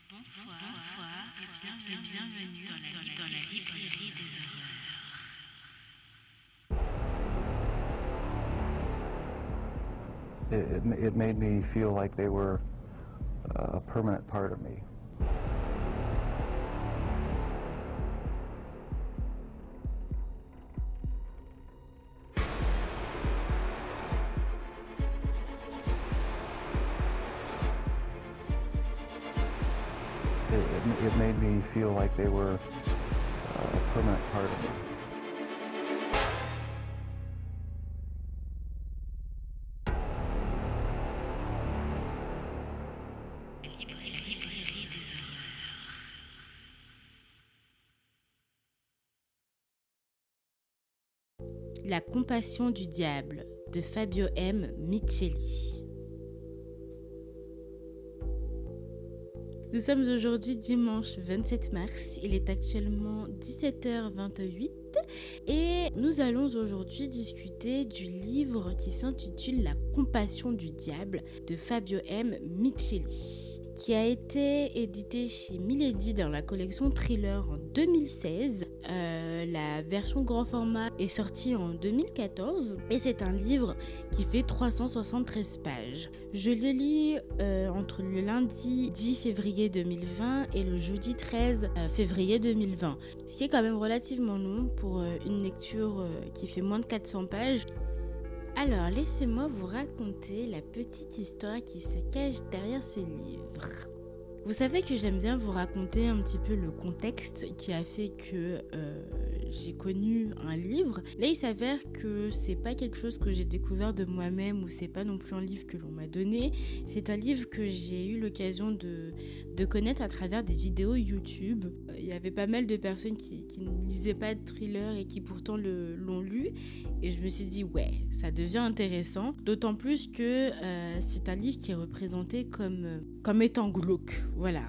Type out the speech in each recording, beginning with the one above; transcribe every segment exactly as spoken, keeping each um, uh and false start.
Bonsoir, bonsoir et bienvenue, bienvenue dans la, dans la librairie des horreurs. It, it, it made me feel like they were a permanent part of me. It, it, it made me feel like they were a permanent part of me. librairie des horreurs. La compassion du diable de Fabio M. Micheli. Nous sommes aujourd'hui dimanche vingt-sept mars, il est actuellement dix-sept heures vingt-huit et nous allons aujourd'hui discuter du livre qui s'intitule La compassion du diable de Fabio M. Micheli, qui a été édité chez Milady dans la collection Thriller en deux mille seize. Euh, la version grand format est sortie en deux mille quatorze et c'est un livre qui fait trois cent soixante-treize pages. Je le lis euh, entre le lundi dix février deux mille vingt et le jeudi treize février deux mille vingt, ce qui est quand même relativement long pour euh, une lecture euh, qui fait moins de quatre cents pages. Alors, laissez-moi vous raconter la petite histoire qui se cache derrière ce livre. Vous savez que j'aime bien vous raconter un petit peu le contexte qui a fait que euh, j'ai connu un livre. Là, il s'avère que c'est pas quelque chose que j'ai découvert de moi-même ou c'est pas non plus un livre que l'on m'a donné. C'est un livre que j'ai eu l'occasion de, de connaître à travers des vidéos YouTube. Il y avait pas mal de personnes qui, qui ne lisaient pas de thriller et qui pourtant le, l'ont lu. Et je me suis dit, ouais, ça devient intéressant. D'autant plus que euh, c'est un livre qui est représenté comme, comme étant glauque. Voilà,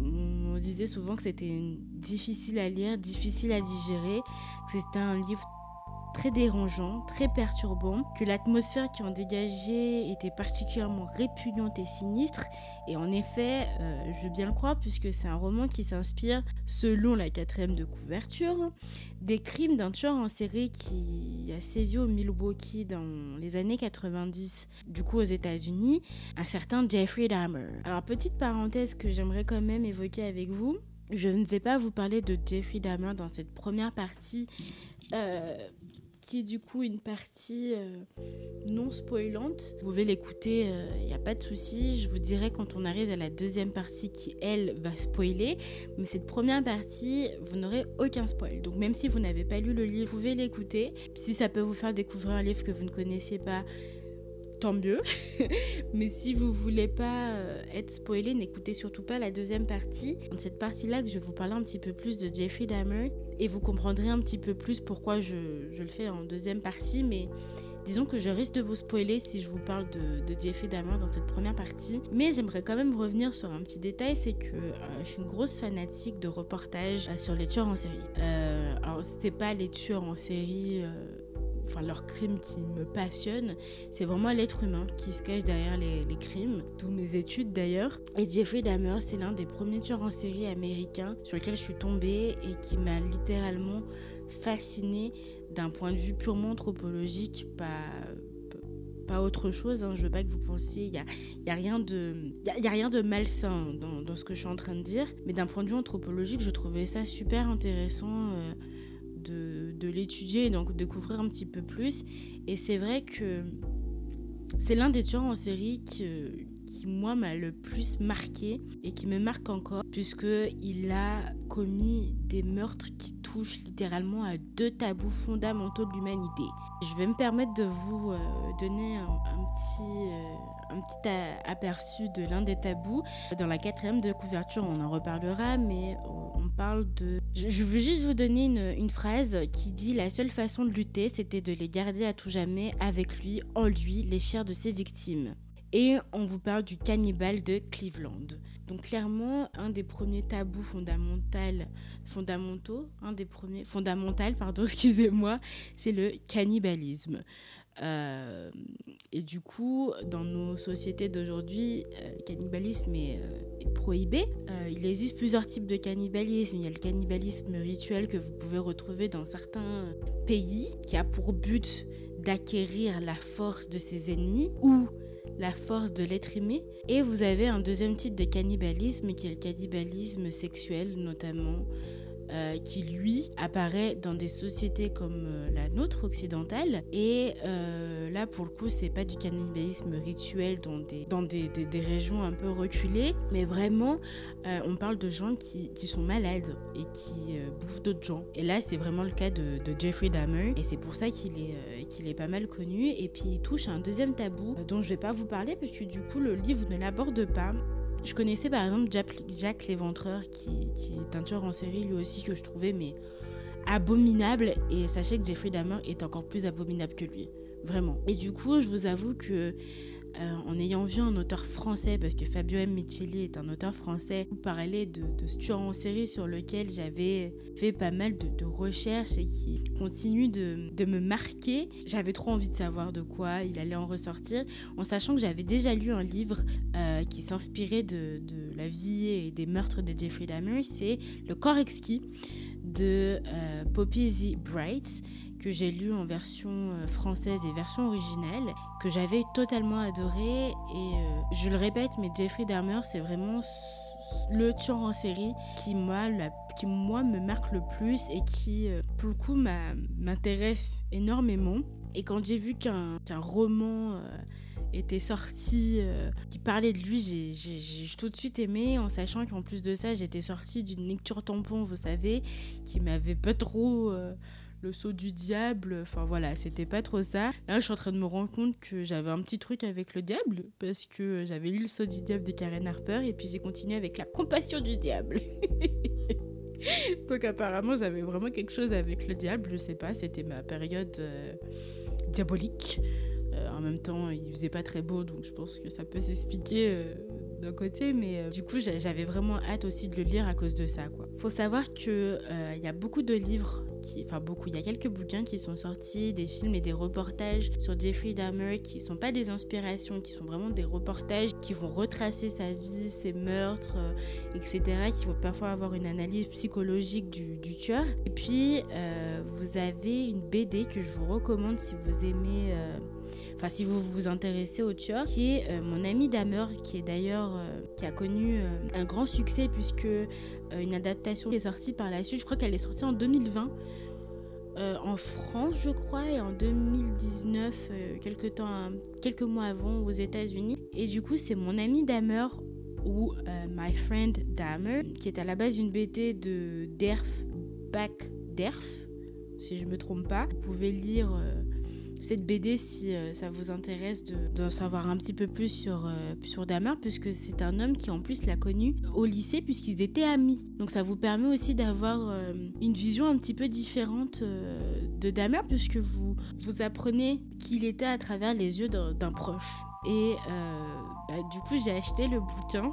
on disait souvent que c'était difficile à lire, difficile à digérer, que c'était un livre très dérangeant, très perturbant, que l'atmosphère qui en dégageait était particulièrement répugnante et sinistre. Et en effet, euh, je veux bien le croire, puisque c'est un roman qui s'inspire, selon la quatrième de couverture, des crimes d'un tueur en série qui a sévi au Milwaukee dans les années quatre-vingt-dix, du coup aux États-Unis, un certain Jeffrey Dahmer. Alors, petite parenthèse que j'aimerais quand même évoquer avec vous, je ne vais pas vous parler de Jeffrey Dahmer dans cette première partie, euh, qui est du coup une partie euh, non spoilante. Vous pouvez l'écouter, il euh, n'y a pas de souci. Je vous dirai quand on arrive à la deuxième partie qui, elle, va spoiler. Mais cette première partie, vous n'aurez aucun spoil. Donc même si vous n'avez pas lu le livre, vous pouvez l'écouter. Si ça peut vous faire découvrir un livre que vous ne connaissez pas, tant mieux. Mais si vous voulez pas euh, être spoilé, n'écoutez surtout pas la deuxième partie. Dans cette partie-là, que je vais vous parler un petit peu plus de Jeffrey Dahmer et vous comprendrez un petit peu plus pourquoi je, je le fais en deuxième partie. Mais disons que je risque de vous spoiler si je vous parle de, de Jeffrey Dahmer dans cette première partie. Mais j'aimerais quand même revenir sur un petit détail, c'est que euh, je suis une grosse fanatique de reportages euh, sur les tueurs en série. Euh, alors, c'était pas les tueurs en série... Euh, enfin leurs crimes qui me passionnent, c'est vraiment l'être humain qui se cache derrière les, les crimes, d'où mes études d'ailleurs. Et Jeffrey Dahmer, c'est l'un des premiers tueurs en série américains sur lequel je suis tombée et qui m'a littéralement fascinée d'un point de vue purement anthropologique, pas... pas autre chose, hein. Je veux pas que vous pensiez, il y a, y a rien de, y a, y a rien de malsain dans, dans ce que je suis en train de dire, mais d'un point de vue anthropologique, je trouvais ça super intéressant euh, de, de l'étudier et donc découvrir un petit peu plus. Et c'est vrai que c'est l'un des tueurs en série qui, qui moi m'a le plus marqué et qui me marque encore, puisqu'il a commis des meurtres qui touchent littéralement à deux tabous fondamentaux de l'humanité. Je vais me permettre de vous euh, donner un, un petit, euh, un petit a- aperçu de l'un des tabous. Dans la quatrième de couverture, on en reparlera, mais on parle de... Je, je veux juste vous donner une, une phrase qui dit « La seule façon de lutter, c'était de les garder à tout jamais avec lui, en lui, les chairs de ses victimes. » Et on vous parle du cannibale de Cleveland. Donc clairement, un des premiers tabous fondamentaux, fondamentaux, un des premiers, fondamental, pardon, excusez-moi, c'est le cannibalisme. Euh, et du coup, dans nos sociétés d'aujourd'hui, euh, le cannibalisme est, euh, est prohibé. Euh, il existe plusieurs types de cannibalisme. Il y a le cannibalisme rituel que vous pouvez retrouver dans certains pays, qui a pour but d'acquérir la force de ses ennemis ou la force de l'être aimé. Et vous avez un deuxième type de cannibalisme qui est le cannibalisme sexuel notamment, euh, qui lui apparaît dans des sociétés comme euh, la nôtre occidentale. Et euh, là pour le coup c'est pas du cannibalisme rituel dans des, dans des, des, des régions un peu reculées, mais vraiment euh, on parle de gens qui, qui sont malades et qui euh, bouffent d'autres gens. Et là c'est vraiment le cas de, de Jeffrey Dahmer, et c'est pour ça qu'il est, euh, qu'il est pas mal connu. Et puis il touche à un deuxième tabou euh, dont je vais pas vous parler parce que du coup le livre ne l'aborde pas. Je connaissais par exemple Jack, Jack l'Éventreur qui, qui est un tueur en série lui aussi, que je trouvais mais abominable, et sachez que Jeffrey Dahmer est encore plus abominable que lui, vraiment. Et du coup je vous avoue que euh, en ayant vu un auteur français, parce que Fabio M. Micheli est un auteur français, vous parlez de, de ce tueur en série sur lequel j'avais fait pas mal de, de recherches et qui continue de, de me marquer, j'avais trop envie de savoir de quoi il allait en ressortir, en sachant que j'avais déjà lu un livre euh, qui s'inspirait de, de la vie et des meurtres de Jeffrey Dahmer. C'est Le corps exquis de euh, Poppy Z. Bright, que j'ai lu en version euh, française et version originale, que j'avais totalement adoré. Et euh, je le répète, mais Jeffrey Dahmer, c'est vraiment le tueur en série qui, moi, la, qui moi me marque le plus et qui, euh, pour le coup, m'a, m'intéresse énormément. Et quand j'ai vu qu'un, qu'un roman euh, était sorti, euh, qui parlait de lui, j'ai, j'ai, j'ai tout de suite aimé, en sachant qu'en plus de ça, j'étais sortie d'une lecture tampon, vous savez, qui m'avait pas trop... Euh, le sceau du diable, enfin voilà, c'était pas trop ça. Là, je suis en train de me rendre compte que j'avais un petit truc avec le diable, parce que j'avais lu le sceau du diable de Karen Harper, et puis j'ai continué avec la compassion du diable. Donc apparemment, j'avais vraiment quelque chose avec le diable, je sais pas, c'était ma période euh, diabolique. Euh, en même temps, il faisait pas très beau, donc je pense que ça peut s'expliquer euh, d'un côté, mais euh, du coup, j'avais vraiment hâte aussi de le lire à cause de ça, quoi. Faut savoir que euh, y a beaucoup de livres, qui, enfin beaucoup, il y a quelques bouquins qui sont sortis, des films et des reportages sur Jeffrey Dahmer qui sont pas des inspirations, qui sont vraiment des reportages qui vont retracer sa vie, ses meurtres, euh, et cetera, qui vont parfois avoir une analyse psychologique du, du tueur. Et puis, euh, vous avez une B D que je vous recommande si vous aimez... Euh, Enfin, si vous vous intéressez au tueur, qui est euh, Mon ami Dahmer, qui est d'ailleurs euh, qui a connu euh, un grand succès puisque euh, une adaptation est sortie par la suite. Je crois qu'elle est sortie en deux mille vingt euh, en France, je crois, et en deux mille dix-neuf, euh, quelques temps, quelques mois avant, aux États-Unis. Et du coup, c'est Mon ami Dahmer ou euh, My Friend Dahmer, qui est à la base une B D de Derf Back Derf, si je me trompe pas. Vous pouvez lire euh, cette B D si euh, ça vous intéresse de, d'en savoir un petit peu plus sur, euh, sur Dahmer, puisque c'est un homme qui en plus l'a connu au lycée puisqu'ils étaient amis. Donc ça vous permet aussi d'avoir euh, une vision un petit peu différente euh, de Dahmer, puisque vous, vous apprenez qui il était à travers les yeux d'un, d'un proche. Et euh, bah, du coup j'ai acheté le bouquin.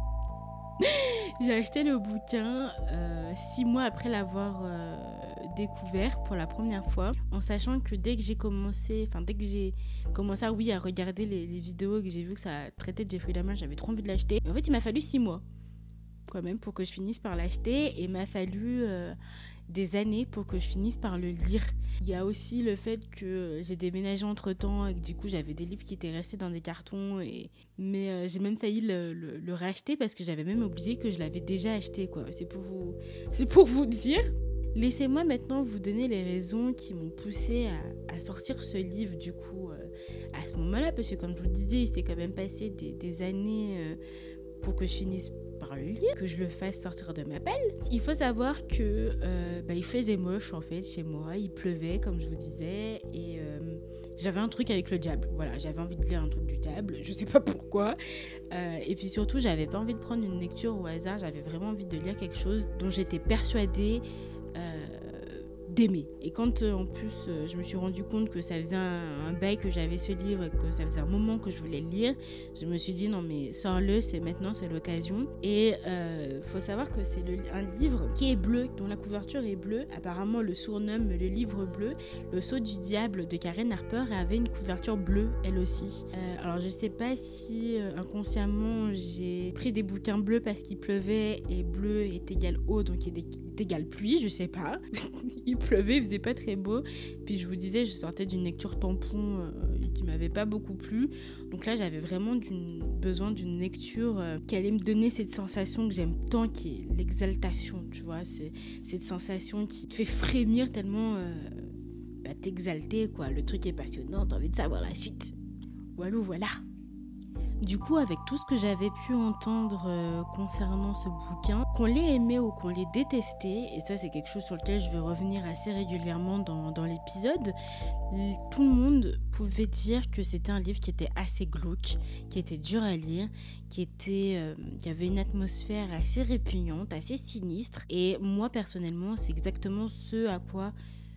J'ai acheté le bouquin euh, six mois après l'avoir euh, découvert pour la première fois, en sachant que dès que j'ai commencé, enfin dès que j'ai commencé à, oui, à regarder les, les vidéos et que j'ai vu que ça traitait de Jeffrey Dahmer, j'avais trop envie de l'acheter. Et en fait, il m'a fallu six mois quand même pour que je finisse par l'acheter, et il m'a fallu euh, des années pour que je finisse par le lire. Il y a aussi le fait que j'ai déménagé entre temps et que du coup j'avais des livres qui étaient restés dans des cartons, et... mais euh, j'ai même failli le, le, le racheter parce que j'avais même oublié que je l'avais déjà acheté, quoi. C'est pour vous, c'est pour vous dire. Laissez-moi maintenant vous donner les raisons qui m'ont poussé à, à sortir ce livre du coup euh, à ce moment-là, parce que comme je vous le disais, il s'est quand même passé des, des années euh, pour que je finisse par le lire, que je le fasse sortir de ma pelle. Il faut savoir que euh, bah, il faisait moche en fait chez moi, il pleuvait comme je vous disais, et euh, j'avais un truc avec le diable. Voilà, j'avais envie de lire un truc du diable, je sais pas pourquoi. Euh, et puis surtout, j'avais pas envie de prendre une lecture au hasard, j'avais vraiment envie de lire quelque chose dont j'étais persuadée euh, d'aimer. Et quand euh, en plus euh, je me suis rendu compte que ça faisait un, un bail que j'avais ce livre, que ça faisait un moment que je voulais le lire, je me suis dit non mais sors-le, c'est maintenant, c'est l'occasion. Et euh, faut savoir que c'est le, un livre qui est bleu, dont la couverture est bleue. Apparemment le surnomme le livre bleu. Le Sceau du diable de Karen Harper avait une couverture bleue elle aussi. Euh, alors je sais pas si euh, inconsciemment j'ai pris des bouquins bleus parce qu'il pleuvait et bleu est égal eau donc il est égal pluie, je sais pas. Il pleuvait, il faisait pas très beau. Puis je vous disais, je sortais d'une lecture tampon euh, qui m'avait pas beaucoup plu. Donc là, j'avais vraiment d'une, besoin d'une lecture euh, qui allait me donner cette sensation que j'aime tant, qui est l'exaltation, tu vois. C'est cette sensation qui te fait frémir tellement euh, bah, t'exalter, quoi. Le truc est passionnant, t'as envie de savoir la suite. Voilà, voilà. Du coup, avec tout ce que j'avais pu entendre euh, concernant ce bouquin, qu'on l'ait aimé ou qu'on l'ait détesté, et ça c'est quelque chose sur lequel je vais revenir assez régulièrement dans, dans l'épisode, tout le monde pouvait dire que c'était un livre qui était assez glauque, qui était dur à lire, qui, était, euh, qui avait une atmosphère assez répugnante, assez sinistre, et moi personnellement c'est exactement ce à quoi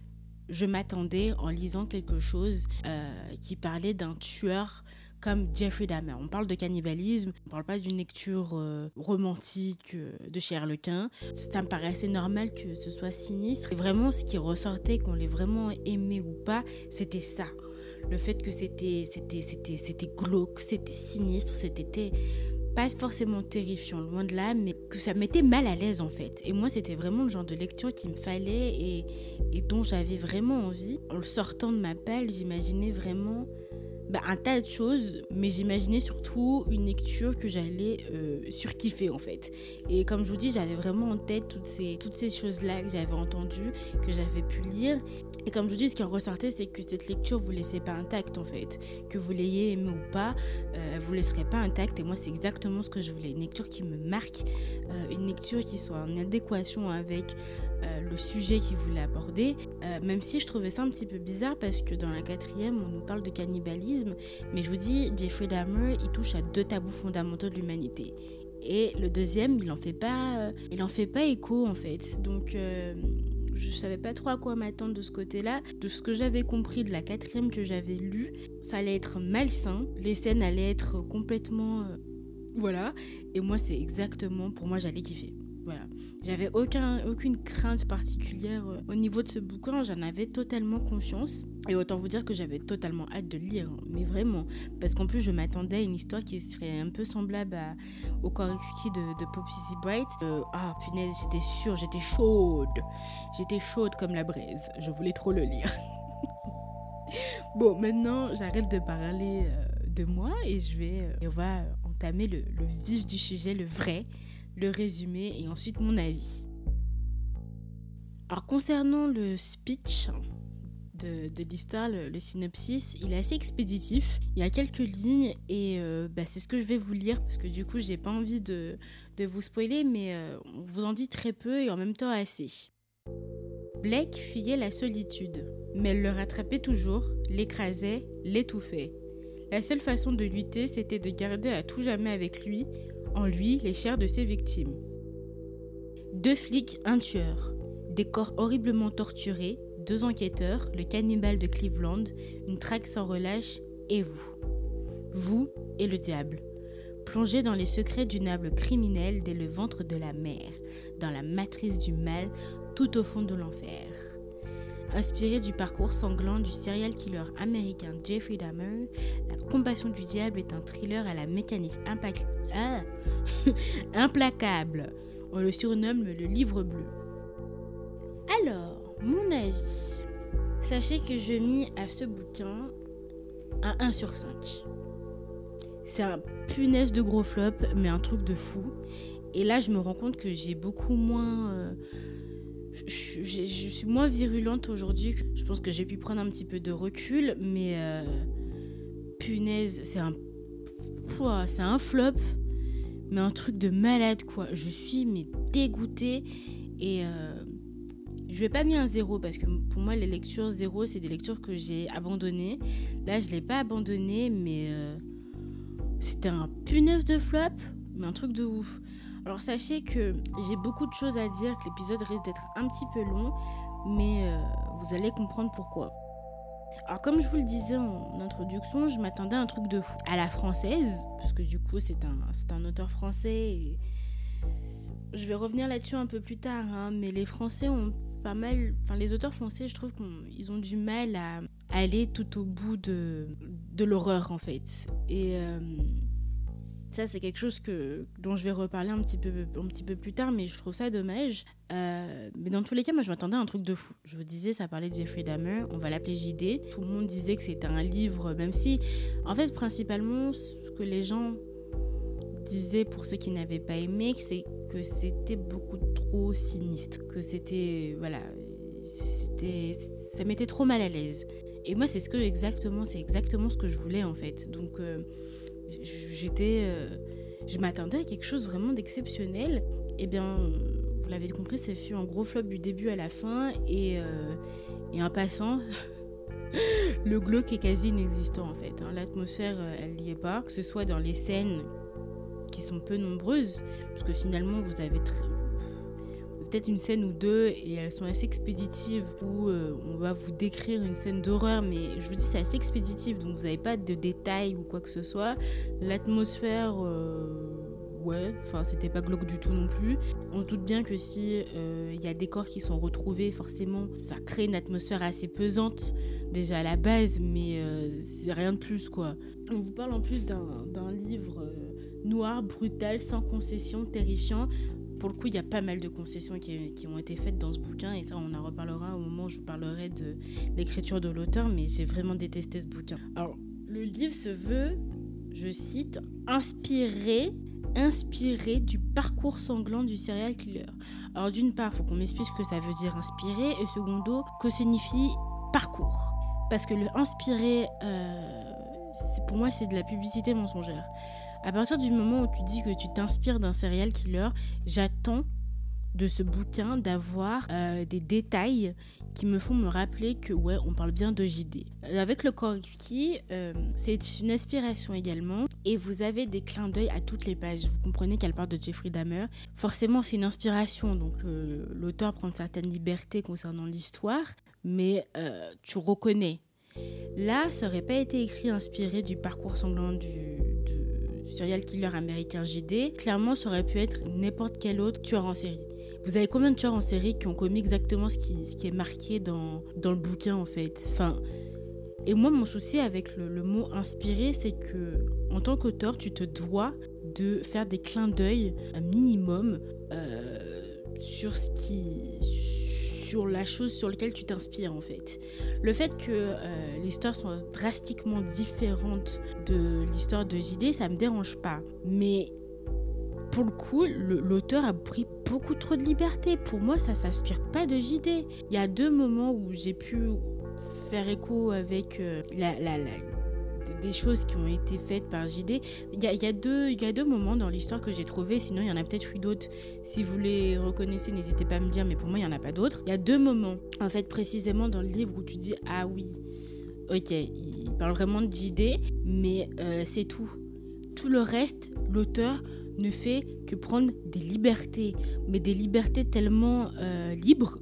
je m'attendais en lisant quelque chose euh, qui parlait d'un tueur comme Jeffrey Dahmer. On parle de cannibalisme, on parle pas d'une lecture euh, romantique euh, de chez Harlequin. Ça me paraît assez normal que ce soit sinistre. Et vraiment, ce qui ressortait, qu'on l'ait vraiment aimé ou pas, c'était ça. Le fait que c'était, c'était, c'était, c'était glauque, c'était sinistre, c'était pas forcément terrifiant, loin de là, mais que ça me mettait mal à l'aise en fait. Et moi, c'était vraiment le genre de lecture qu'il me fallait et, et dont j'avais vraiment envie. En le sortant de ma palle, j'imaginais vraiment bah, un tas de choses, mais j'imaginais surtout une lecture que j'allais euh, surkiffer en fait. Et comme je vous dis, j'avais vraiment en tête toutes ces, toutes ces choses-là que j'avais entendues, que j'avais pu lire. Et comme je vous dis, ce qui en ressortait, c'est que cette lecture vous laissait pas intacte en fait. Que vous l'ayez aimé ou pas, euh, elle vous laisserait pas intacte. Et moi, c'est exactement ce que je voulais. Une lecture qui me marque, euh, une lecture qui soit en adéquation avec euh, le sujet qu'il voulait aborder. Euh, même si je trouvais ça un petit peu bizarre parce que dans la quatrième, on nous parle de cannibalisme. Mais je vous dis, Jeffrey Dahmer, il touche à deux tabous fondamentaux de l'humanité. Et le deuxième, il en fait pas, euh, il en fait pas écho en fait. Donc euh, je savais pas trop à quoi m'attendre de ce côté-là. De ce que j'avais compris de la quatrième que j'avais lue, ça allait être malsain. Les scènes allaient être complètement... Euh, voilà. Et moi, c'est exactement... Pour moi, j'allais kiffer. Voilà. J'avais aucun, aucune crainte particulière euh, au niveau de ce bouquin. J'en avais totalement confiance. Et autant vous dire que j'avais totalement hâte de le lire. Hein, mais vraiment. Parce qu'en plus, je m'attendais à une histoire qui serait un peu semblable à, au corps exquis de, de Poppy Z. Brite. Euh, ah, punaise, j'étais sûre, j'étais chaude. J'étais chaude comme la braise. Je voulais trop le lire. Bon, maintenant, j'arrête de parler euh, de moi et je vais... Euh, et on va entamer le, le vif du sujet, le vrai, le résumé et ensuite mon avis. Alors, concernant le speech de, de l'histoire, le, le synopsis, il est assez expéditif. Il y a quelques lignes et euh, bah, c'est ce que je vais vous lire parce que du coup, j'ai pas envie de, de vous spoiler, mais euh, on vous en dit très peu et en même temps assez. Blake fuyait la solitude, mais elle le rattrapait toujours, l'écrasait, l'étouffait. La seule façon de lutter, c'était de garder à tout jamais avec lui, en lui, les chairs de ses victimes. Deux flics, un tueur, des corps horriblement torturés, deux enquêteurs, le cannibale de Cleveland, une traque sans relâche, et vous. Vous et le diable. Plongés dans les secrets d'une âme criminelle dès le ventre de la mer, dans la matrice du mal, tout au fond de l'enfer. Inspiré du parcours sanglant du serial killer américain Jeffrey Dahmer, La Compassion du diable est un thriller à la mécanique impact... ah implacable. On le surnomme le livre bleu. Alors, mon avis. Sachez que je mis à ce bouquin un un sur cinq. C'est un punaise de gros flop, mais un truc de fou. Et là, je me rends compte que j'ai beaucoup moins... Euh, je, je, je suis moins virulente aujourd'hui. Je pense que j'ai pu prendre un petit peu de recul, mais... Euh, punaise, c'est un... Pouah, c'est un flop, mais un truc de malade, quoi. Je suis, mais dégoûtée. Et... Euh, je vais pas mis un zéro parce que pour moi les lectures zéro c'est des lectures que j'ai abandonnées. Là je l'ai pas abandonné mais euh, c'était un punaise de flop mais un truc de ouf. Alors sachez que j'ai beaucoup de choses à dire, que l'épisode risque d'être un petit peu long mais euh, vous allez comprendre pourquoi. Alors comme je vous le disais en introduction, je m'attendais à un truc de fou. À la française, parce que du coup c'est un, c'est un auteur français et je vais revenir là-dessus un peu plus tard, hein, mais les Français ont pas mal... Enfin, les auteurs français, je trouve qu'ils ont du mal à aller tout au bout de, de l'horreur, en fait. Et euh, ça, c'est quelque chose que, dont je vais reparler un petit peu, un petit peu plus tard, mais je trouve ça dommage. Euh, mais dans tous les cas, moi, je m'attendais à un truc de fou. Je vous disais, ça parlait de Jeffrey Dahmer, on va l'appeler J D. Tout le monde disait que c'était un livre, même si... En fait, principalement, ce que les gens disaient, pour ceux qui n'avaient pas aimé, c'est que c'était beaucoup trop sinistre, que c'était, voilà, c'était, ça m'était trop mal à l'aise. Et moi, c'est ce que exactement, c'est exactement ce que je voulais en fait. Donc, euh, j'étais, euh, je m'attendais à quelque chose vraiment d'exceptionnel. Et bien, vous l'avez compris, ça fut un gros flop du début à la fin et, euh, et en passant. Le glauque est quasi inexistant en fait. Hein. L'atmosphère, elle n'y est pas, que ce soit dans les scènes qui sont peu nombreuses, parce que finalement vous avez tr- peut-être une scène ou deux et elles sont assez expéditives où euh, on va vous décrire une scène d'horreur, mais je vous dis c'est assez expéditif, donc vous n'avez pas de détails ou quoi que ce soit. L'atmosphère, euh, ouais, enfin c'était pas glauque du tout non plus. On se doute bien que si il euh, y a des corps qui sont retrouvés, forcément ça crée une atmosphère assez pesante déjà à la base, mais euh, c'est rien de plus quoi. On vous parle en plus d'un, d'un livre euh, noir, brutal, sans concession, terrifiant. Pour le coup, il y a pas mal de concessions qui, qui ont été faites dans ce bouquin et ça, on en reparlera au moment où je vous parlerai de l'écriture de l'auteur, mais j'ai vraiment détesté ce bouquin. Alors, le livre se veut, je cite, inspiré, inspiré du parcours sanglant du serial killer. Alors, d'une part, il faut qu'on m'explique ce que ça veut dire inspiré et secondo, que signifie parcours. Parce que le inspiré, euh, c'est, pour moi, c'est de la publicité mensongère. À partir du moment où tu dis que tu t'inspires d'un serial killer, j'attends de ce bouquin d'avoir euh, des détails qui me font me rappeler que ouais, on parle bien de J D. Avec le corps exquis, euh, c'est une inspiration également et vous avez des clins d'œil à toutes les pages. Vous comprenez qu'elle parle de Jeffrey Dahmer. Forcément, c'est une inspiration, donc euh, l'auteur prend certaines libertés concernant l'histoire, mais euh, tu reconnais. Là, ça aurait pas été écrit inspiré du parcours sanglant du, du serial killer américain J D. Clairement, ça aurait pu être n'importe quel autre tueur en série. Vous avez combien de tueurs en série qui ont commis exactement ce qui, ce qui est marqué dans, dans le bouquin en fait. Enfin, et moi, mon souci avec le, le mot inspiré, c'est que en tant qu'auteur, tu te dois de faire des clins d'œil, un minimum, euh, sur ce qui... sur la chose sur laquelle tu t'inspires en fait. Le fait que euh, l'histoire soit drastiquement différente de l'histoire de J D, ça me dérange pas. Mais pour le coup, le, l'auteur a pris beaucoup trop de liberté. Pour moi, ça s'inspire pas de J D. Il y a deux moments où j'ai pu faire écho avec euh, la, la, la des choses qui ont été faites par J D. Il y a, il y a deux, il y a deux moments dans l'histoire que j'ai trouvé, sinon il y en a peut-être eu d'autres. Si vous les reconnaissez, n'hésitez pas à me dire, mais pour moi, il n'y en a pas d'autres. Il y a deux moments, en fait, précisément dans le livre où tu dis, ah oui, ok, il parle vraiment de J D, mais euh, c'est tout. Tout le reste, l'auteur ne fait que prendre des libertés, mais des libertés tellement euh, libres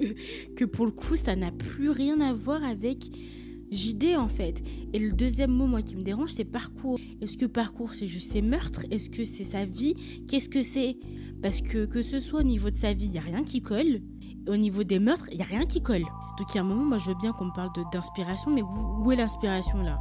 que pour le coup, ça n'a plus rien à voir avec J D en fait. Et le deuxième mot moi qui me dérange, c'est parcours. Est-ce que parcours c'est juste ses meurtres? Est-ce que c'est sa vie? Qu'est-ce que c'est? Parce que que ce soit au niveau de sa vie, il n'y a rien qui colle. Et au niveau des meurtres, il n'y a rien qui colle. Donc il y a un moment, moi je veux bien qu'on me parle de, d'inspiration, mais où, où est l'inspiration là?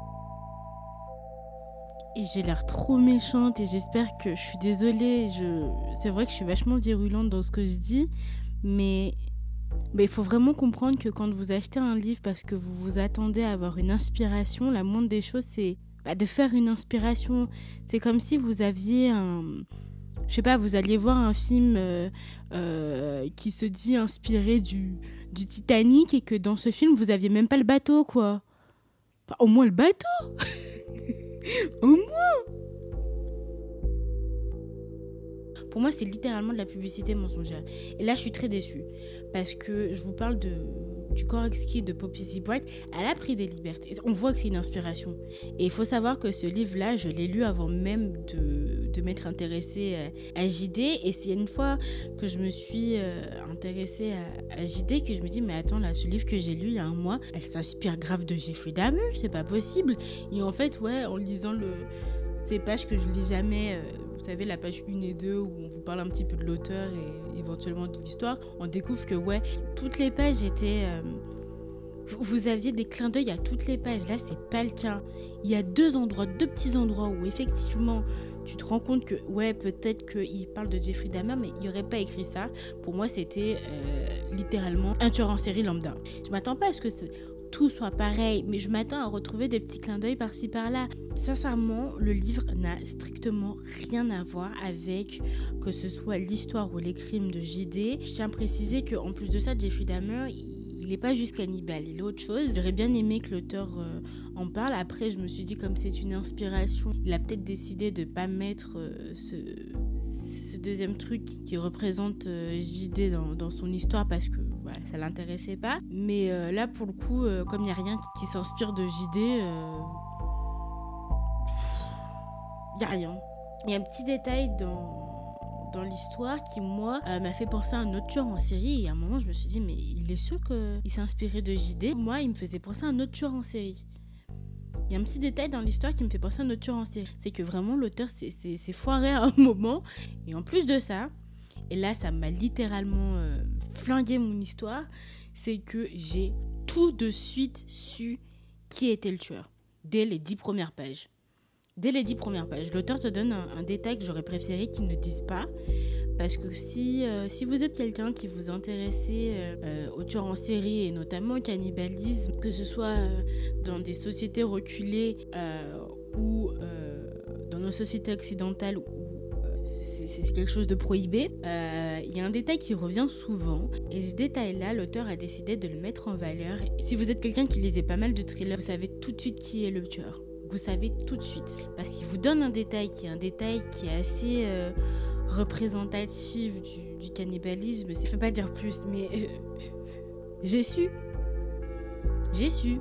Et j'ai l'air trop méchante et j'espère que je suis désolée. Je... C'est vrai que je suis vachement virulente dans ce que je dis, mais mais il faut vraiment comprendre que quand vous achetez un livre parce que vous vous attendez à avoir une inspiration, la moindre des choses, c'est bah, de faire une inspiration. C'est comme si vous aviez un... Je sais pas, vous alliez voir un film euh, euh, qui se dit inspiré du, du Titanic et que dans ce film, vous aviez même pas le bateau, quoi. Enfin, au moins le bateau. Au moins. Pour moi, c'est littéralement de la publicité mensongère. Et là, je suis très déçue. Parce que je vous parle de, du corps exquis de Poppy Z. Brite. Elle a pris des libertés. On voit que c'est une inspiration. Et il faut savoir que ce livre-là, je l'ai lu avant même de, de m'être intéressée à, à J D. Et c'est une fois que je me suis euh, intéressée à, à J D que je me dis, mais attends, là, ce livre que j'ai lu il y a un mois, elle s'inspire grave de Jeffrey Dahmer, c'est pas possible. Et en fait, ouais, en lisant le, ces pages que je lis jamais... Euh, vous savez, la page un et deux où on vous parle un petit peu de l'auteur et éventuellement de l'histoire, on découvre que ouais, toutes les pages étaient... Euh, vous aviez des clins d'œil à toutes les pages. Là, c'est pas le cas. Il y a deux endroits, deux petits endroits où effectivement, tu te rends compte que ouais, peut-être qu'il parle de Jeffrey Dahmer, mais il n'y aurait pas écrit ça. Pour moi, c'était euh, littéralement un tueur en série lambda. Je m'attends pas à ce que tout soit pareil, mais je m'attends à retrouver des petits clins d'œil par-ci par-là. Sincèrement, le livre n'a strictement rien à voir avec que ce soit l'histoire ou les crimes de J D. Je tiens à préciser qu'en plus de ça, Jeffrey Dahmer, il n'est pas juste cannibale, il est autre chose. J'aurais bien aimé que l'auteur euh, en parle. Après, je me suis dit, comme c'est une inspiration, il a peut-être décidé de ne pas mettre euh, ce, ce deuxième truc qui représente euh, J D dans, dans son histoire parce que voilà, ça l'intéressait pas. Mais euh, là, pour le coup, euh, comme il n'y a rien qui, qui s'inspire de J D... Euh, il n'y a rien. Il y a un petit détail dans, dans l'histoire qui, moi, euh, m'a fait penser à un autre tueur en série. Et à un moment, je me suis dit, mais il est sûr qu'il s'est inspiré de J D. Moi, il me faisait penser à un autre tueur en série. Il y a un petit détail dans l'histoire qui me fait penser à un autre tueur en série. C'est que vraiment, l'auteur s'est, s'est, s'est foiré à un moment. Et en plus de ça, et là, ça m'a littéralement euh, flingué mon histoire, c'est que j'ai tout de suite su qui était le tueur. Dès les dix premières pages. Dès les dix premières pages, l'auteur te donne un, un détail que j'aurais préféré qu'il ne dise pas. Parce que si, euh, si vous êtes quelqu'un qui vous intéressez euh, aux tueurs en série et notamment au cannibalisme, que ce soit euh, dans des sociétés reculées euh, ou euh, dans nos sociétés occidentales où c'est, c'est quelque chose de prohibé, il euh, y a un détail qui revient souvent. Et ce détail-là, l'auteur a décidé de le mettre en valeur. Et si vous êtes quelqu'un qui lisait pas mal de thrillers, vous savez tout de suite qui est le tueur. Vous savez tout de suite. Parce qu'il vous donne un détail qui est un détail qui est assez euh, représentatif du, du cannibalisme. Je ne peux pas dire plus, mais euh, j'ai su. J'ai su.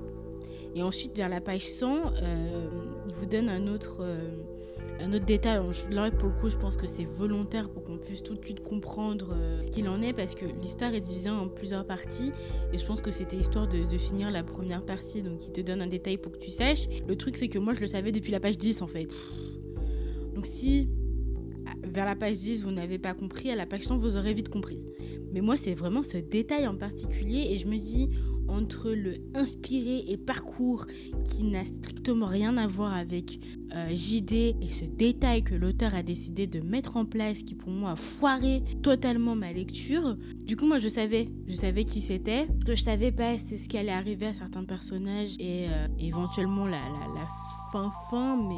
Et ensuite, vers la page cent, euh, il vous donne un autre, euh, un autre détail. Là, pour le coup, je pense que c'est volontaire pour qu'on puisse tout de suite comprendre euh, ce qu'il en est, parce que l'histoire est divisée en plusieurs parties. Et je pense que c'était histoire de, de finir la première partie. Donc, il te donne un détail pour que tu saches. Le truc, c'est que moi, je le savais depuis la page dix, en fait. Donc, si vers la page dix, vous n'avez pas compris, à la page cent, vous aurez vite compris. Mais moi, c'est vraiment ce détail en particulier. Et je me dis... entre le inspiré et parcours qui n'a strictement rien à voir avec euh, J D et ce détail que l'auteur a décidé de mettre en place qui pour moi a foiré totalement ma lecture. Du coup moi je savais, je savais qui c'était. Ce que je savais pas c'est ce qui allait arriver à certains personnages et euh, éventuellement la, la, la fin fin mais...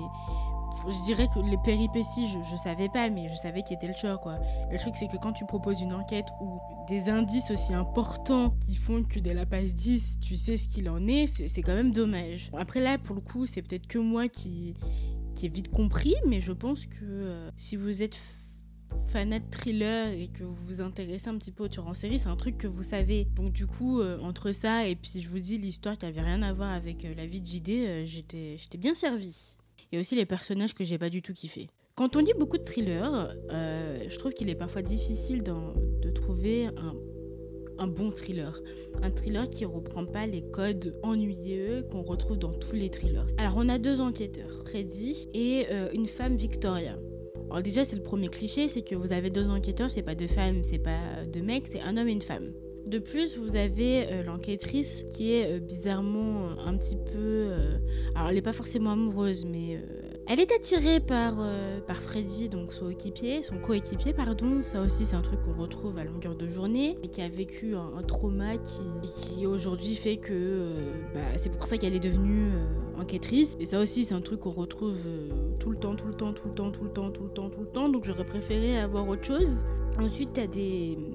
Je dirais que les péripéties, je, je savais pas, mais je savais qui était le tueur, quoi. Le truc, c'est que quand tu proposes une enquête ou des indices aussi importants qui font que dès la page dix, tu sais ce qu'il en est, c'est, c'est quand même dommage. Après là, pour le coup, c'est peut-être que moi qui, qui ai vite compris, mais je pense que euh, si vous êtes fanat de thriller et que vous vous intéressez un petit peu aux tueurs en série, c'est un truc que vous savez. Donc du coup, euh, entre ça et puis je vous dis l'histoire qui avait rien à voir avec euh, la vie de J D, euh, j'étais, j'étais bien servie. Et aussi les personnages que j'ai pas du tout kiffé. Quand on lit beaucoup de thrillers, euh, je trouve qu'il est parfois difficile dans, de trouver un, un bon thriller. Un thriller qui reprend pas les codes ennuyeux qu'on retrouve dans tous les thrillers. Alors on a deux enquêteurs, Freddy et euh, une femme, Victoria. Alors déjà c'est le premier cliché, c'est que vous avez deux enquêteurs, c'est pas deux femmes, c'est pas deux mecs, c'est un homme et une femme. De plus, vous avez euh, l'enquêtrice qui est euh, bizarrement euh, un petit peu... Euh, alors, elle n'est pas forcément amoureuse, mais euh, elle est attirée par, euh, par Freddy, donc son équipier, son coéquipier, pardon. Ça aussi, c'est un truc qu'on retrouve à longueur de journée et qui a vécu un, un trauma qui, qui aujourd'hui fait que... Euh, bah, c'est pour ça qu'elle est devenue euh, enquêtrice. Et ça aussi, c'est un truc qu'on retrouve euh, tout le temps, tout le temps, tout le temps, tout le temps, tout le temps, tout le temps. Donc, j'aurais préféré avoir autre chose. Ensuite, t'as des...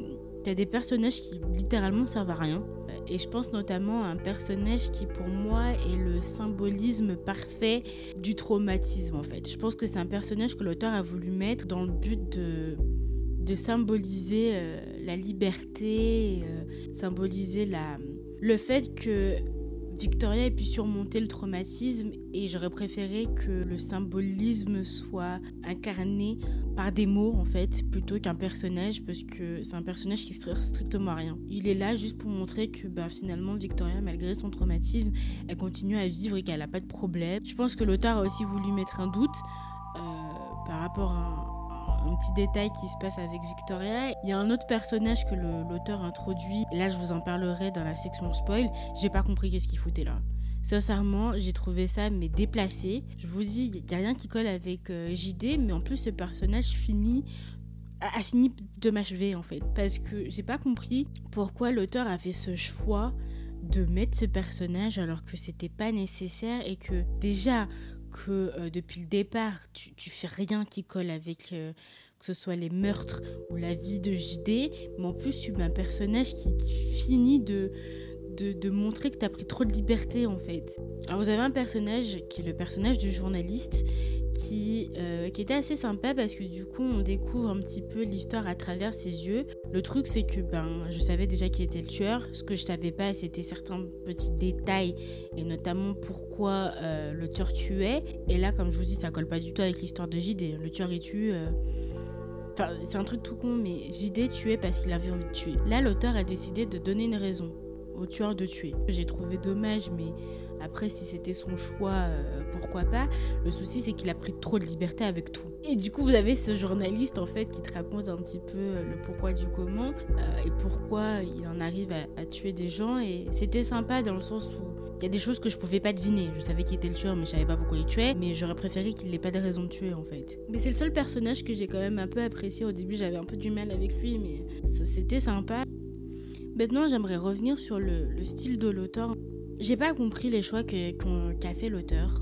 T'as des personnages qui littéralement servent à rien. Et je pense notamment à un personnage qui pour moi est le symbolisme parfait du traumatisme en fait. Je pense que c'est un personnage que l'auteur a voulu mettre dans le but de, de symboliser euh, la liberté, euh, symboliser la, le fait que Victoria ait pu surmonter le traumatisme, et j'aurais préféré que le symbolisme soit incarné par des mots en fait plutôt qu'un personnage, parce que c'est un personnage qui sert strictement à rien. Il est là juste pour montrer que ben, finalement Victoria, malgré son traumatisme, elle continue à vivre et qu'elle n'a pas de problème. Je pense que l'auteur a aussi voulu mettre un doute euh, par rapport à un, un petit détail qui se passe avec Victoria. Il y a un autre personnage que le, l'auteur introduit, là je vous en parlerai dans la section spoil. J'ai pas compris qu'est-ce qu'il foutait là. Sincèrement, j'ai trouvé ça mais déplacé. Je vous dis, il n'y a rien qui colle avec euh, J D, mais en plus ce personnage finit, a, a fini de m'achever en fait. Parce que j'ai pas compris pourquoi l'auteur a fait ce choix de mettre ce personnage alors que c'était pas nécessaire, et que déjà que euh, depuis le départ, tu, tu fais rien qui colle avec... Euh, que ce soit les meurtres ou la vie de J D, mais en plus tu as un personnage qui, qui finit de... De, de montrer que tu as pris trop de liberté en fait. Alors vous avez un personnage qui est le personnage du journaliste qui, euh, qui était assez sympa parce que du coup on découvre un petit peu l'histoire à travers ses yeux. Le truc c'est que ben, je savais déjà qui était le tueur. Ce que je savais pas c'était certains petits détails et notamment pourquoi euh, le tueur tuait. Et là comme je vous dis ça colle pas du tout avec l'histoire de J D. Le tueur il tue... Euh... Enfin c'est un truc tout con mais J D tuait parce qu'il avait envie de tuer. Là l'auteur a décidé de donner une raison au tueur de tuer. J'ai trouvé dommage, mais après si c'était son choix, euh, pourquoi pas. Le souci c'est qu'il a pris trop de liberté avec tout. Et du coup vous avez ce journaliste en fait qui te raconte un petit peu le pourquoi du comment euh, et pourquoi il en arrive à, à tuer des gens, et c'était sympa dans le sens où il y a des choses que je pouvais pas deviner. Je savais qui était le tueur mais je savais pas pourquoi il tuait, mais j'aurais préféré qu'il n'ait pas de raison de tuer en fait. Mais c'est le seul personnage que j'ai quand même un peu apprécié. Au début j'avais un peu du mal avec lui mais c'était sympa. Maintenant, j'aimerais revenir sur le, le style de l'auteur. J'ai pas compris les choix que, qu'on, qu'a fait l'auteur.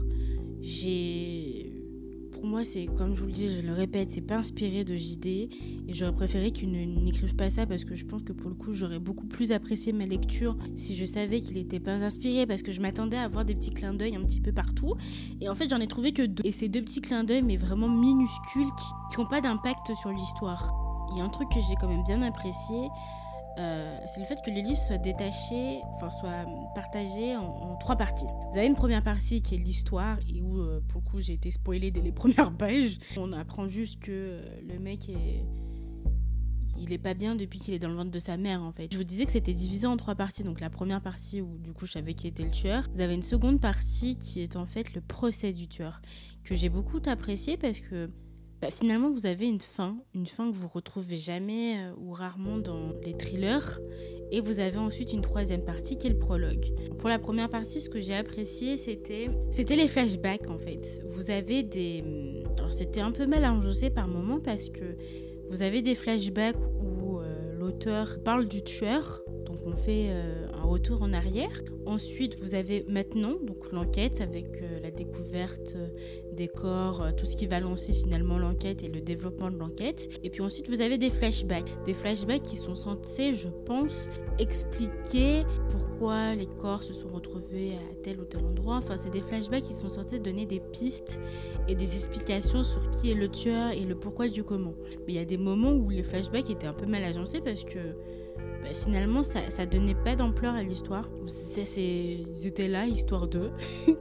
J'ai... Pour moi, c'est, comme je vous le dis, je le répète, c'est pas inspiré de J D. Et j'aurais préféré qu'il ne, n'écrive pas ça parce que je pense que pour le coup, j'aurais beaucoup plus apprécié ma lecture si je savais qu'il était pas inspiré, parce que je m'attendais à avoir des petits clins d'œil un petit peu partout. Et en fait, j'en ai trouvé que deux. Et ces deux petits clins d'œil, mais vraiment minuscules, qui n'ont pas d'impact sur l'histoire. Il y a un truc que j'ai quand même bien apprécié. Euh, c'est le fait que les livres soient détachés, enfin soient partagés en, en trois parties. Vous avez une première partie qui est l'histoire, et où euh, pour le coup j'ai été spoilée dès les premières pages. On apprend juste que euh, le mec est... il est pas bien depuis qu'il est dans le ventre de sa mère en fait. Je vous disais que c'était divisé en trois parties. Donc la première partie où du coup je savais qui était le tueur. Vous avez une seconde partie qui est en fait le procès du tueur, que j'ai beaucoup apprécié parce que bah, finalement, vous avez une fin, une fin que vous retrouvez jamais euh, ou rarement dans les thrillers. Et vous avez ensuite une troisième partie qui est le prologue. Pour la première partie, ce que j'ai apprécié, c'était, c'était les flashbacks en fait. Vous avez des... Alors c'était un peu mal agencé par moments parce que vous avez des flashbacks où euh, l'auteur parle du tueur. Donc on fait euh, un retour en arrière. Ensuite, vous avez maintenant donc l'enquête avec euh, la découverte euh, des corps, euh, tout ce qui va lancer finalement l'enquête et le développement de l'enquête. Et puis ensuite, vous avez des flashbacks. Des flashbacks qui sont censés, je pense, expliquer pourquoi les corps se sont retrouvés à tel ou tel endroit. Enfin, c'est des flashbacks qui sont censés donner des pistes et des explications sur qui est le tueur et le pourquoi du comment. Mais il y a des moments où les flashbacks étaient un peu mal agencés parce que bah, finalement ça, ça donnait pas d'ampleur à l'histoire. C'est, c'est, ils étaient là, histoire d'eux.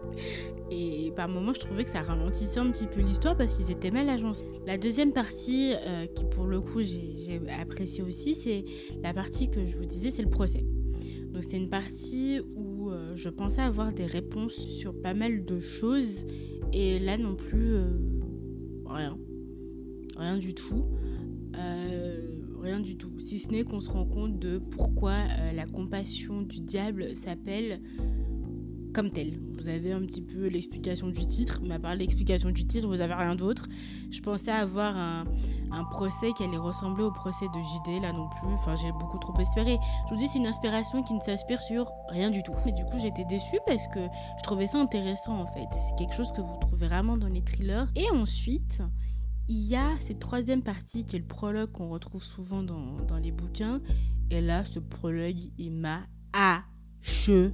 Et par moments je trouvais que ça ralentissait un petit peu l'histoire parce qu'ils étaient mal agencés. La deuxième partie euh, qui pour le coup j'ai, j'ai apprécié aussi, c'est la partie que je vous disais, c'est le procès. Donc c'est une partie où euh, je pensais avoir des réponses sur pas mal de choses, et là non plus euh, rien rien du tout. Euh, Rien du tout, si ce n'est qu'on se rend compte de pourquoi euh, la compassion du diable s'appelle comme telle. Vous avez un petit peu l'explication du titre, mais à part l'explication du titre, vous n'avez rien d'autre. Je pensais avoir un, un procès qui allait ressembler au procès de J D, là non plus, enfin j'ai beaucoup trop espéré. Je vous dis, c'est une inspiration qui ne s'inspire sur rien du tout. Mais du coup, j'étais déçue parce que je trouvais ça intéressant en fait. C'est quelque chose que vous trouvez rarement dans les thrillers. Et ensuite... il y a cette troisième partie qui est le prologue qu'on retrouve souvent dans, dans les bouquins. Et là, ce prologue, il m'a achevé.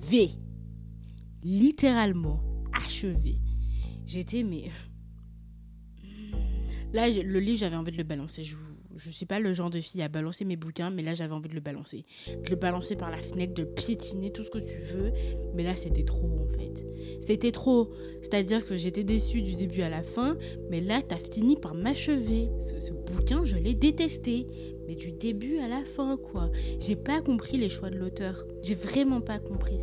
Littéralement achevé. J'étais, mais... Là, le livre, j'avais envie de le balancer. Je ne suis pas le genre de fille à balancer mes bouquins, mais là, j'avais envie de le balancer. De le balancer par la fenêtre, de le piétiner, tout ce que tu veux. Mais là, c'était trop, en fait. C'était trop. C'est-à-dire que j'étais déçue du début à la fin, mais là, t'as fini par m'achever. Ce, ce bouquin, je l'ai détesté. Mais du début à la fin, quoi. J'ai pas compris les choix de l'auteur. J'ai vraiment pas compris.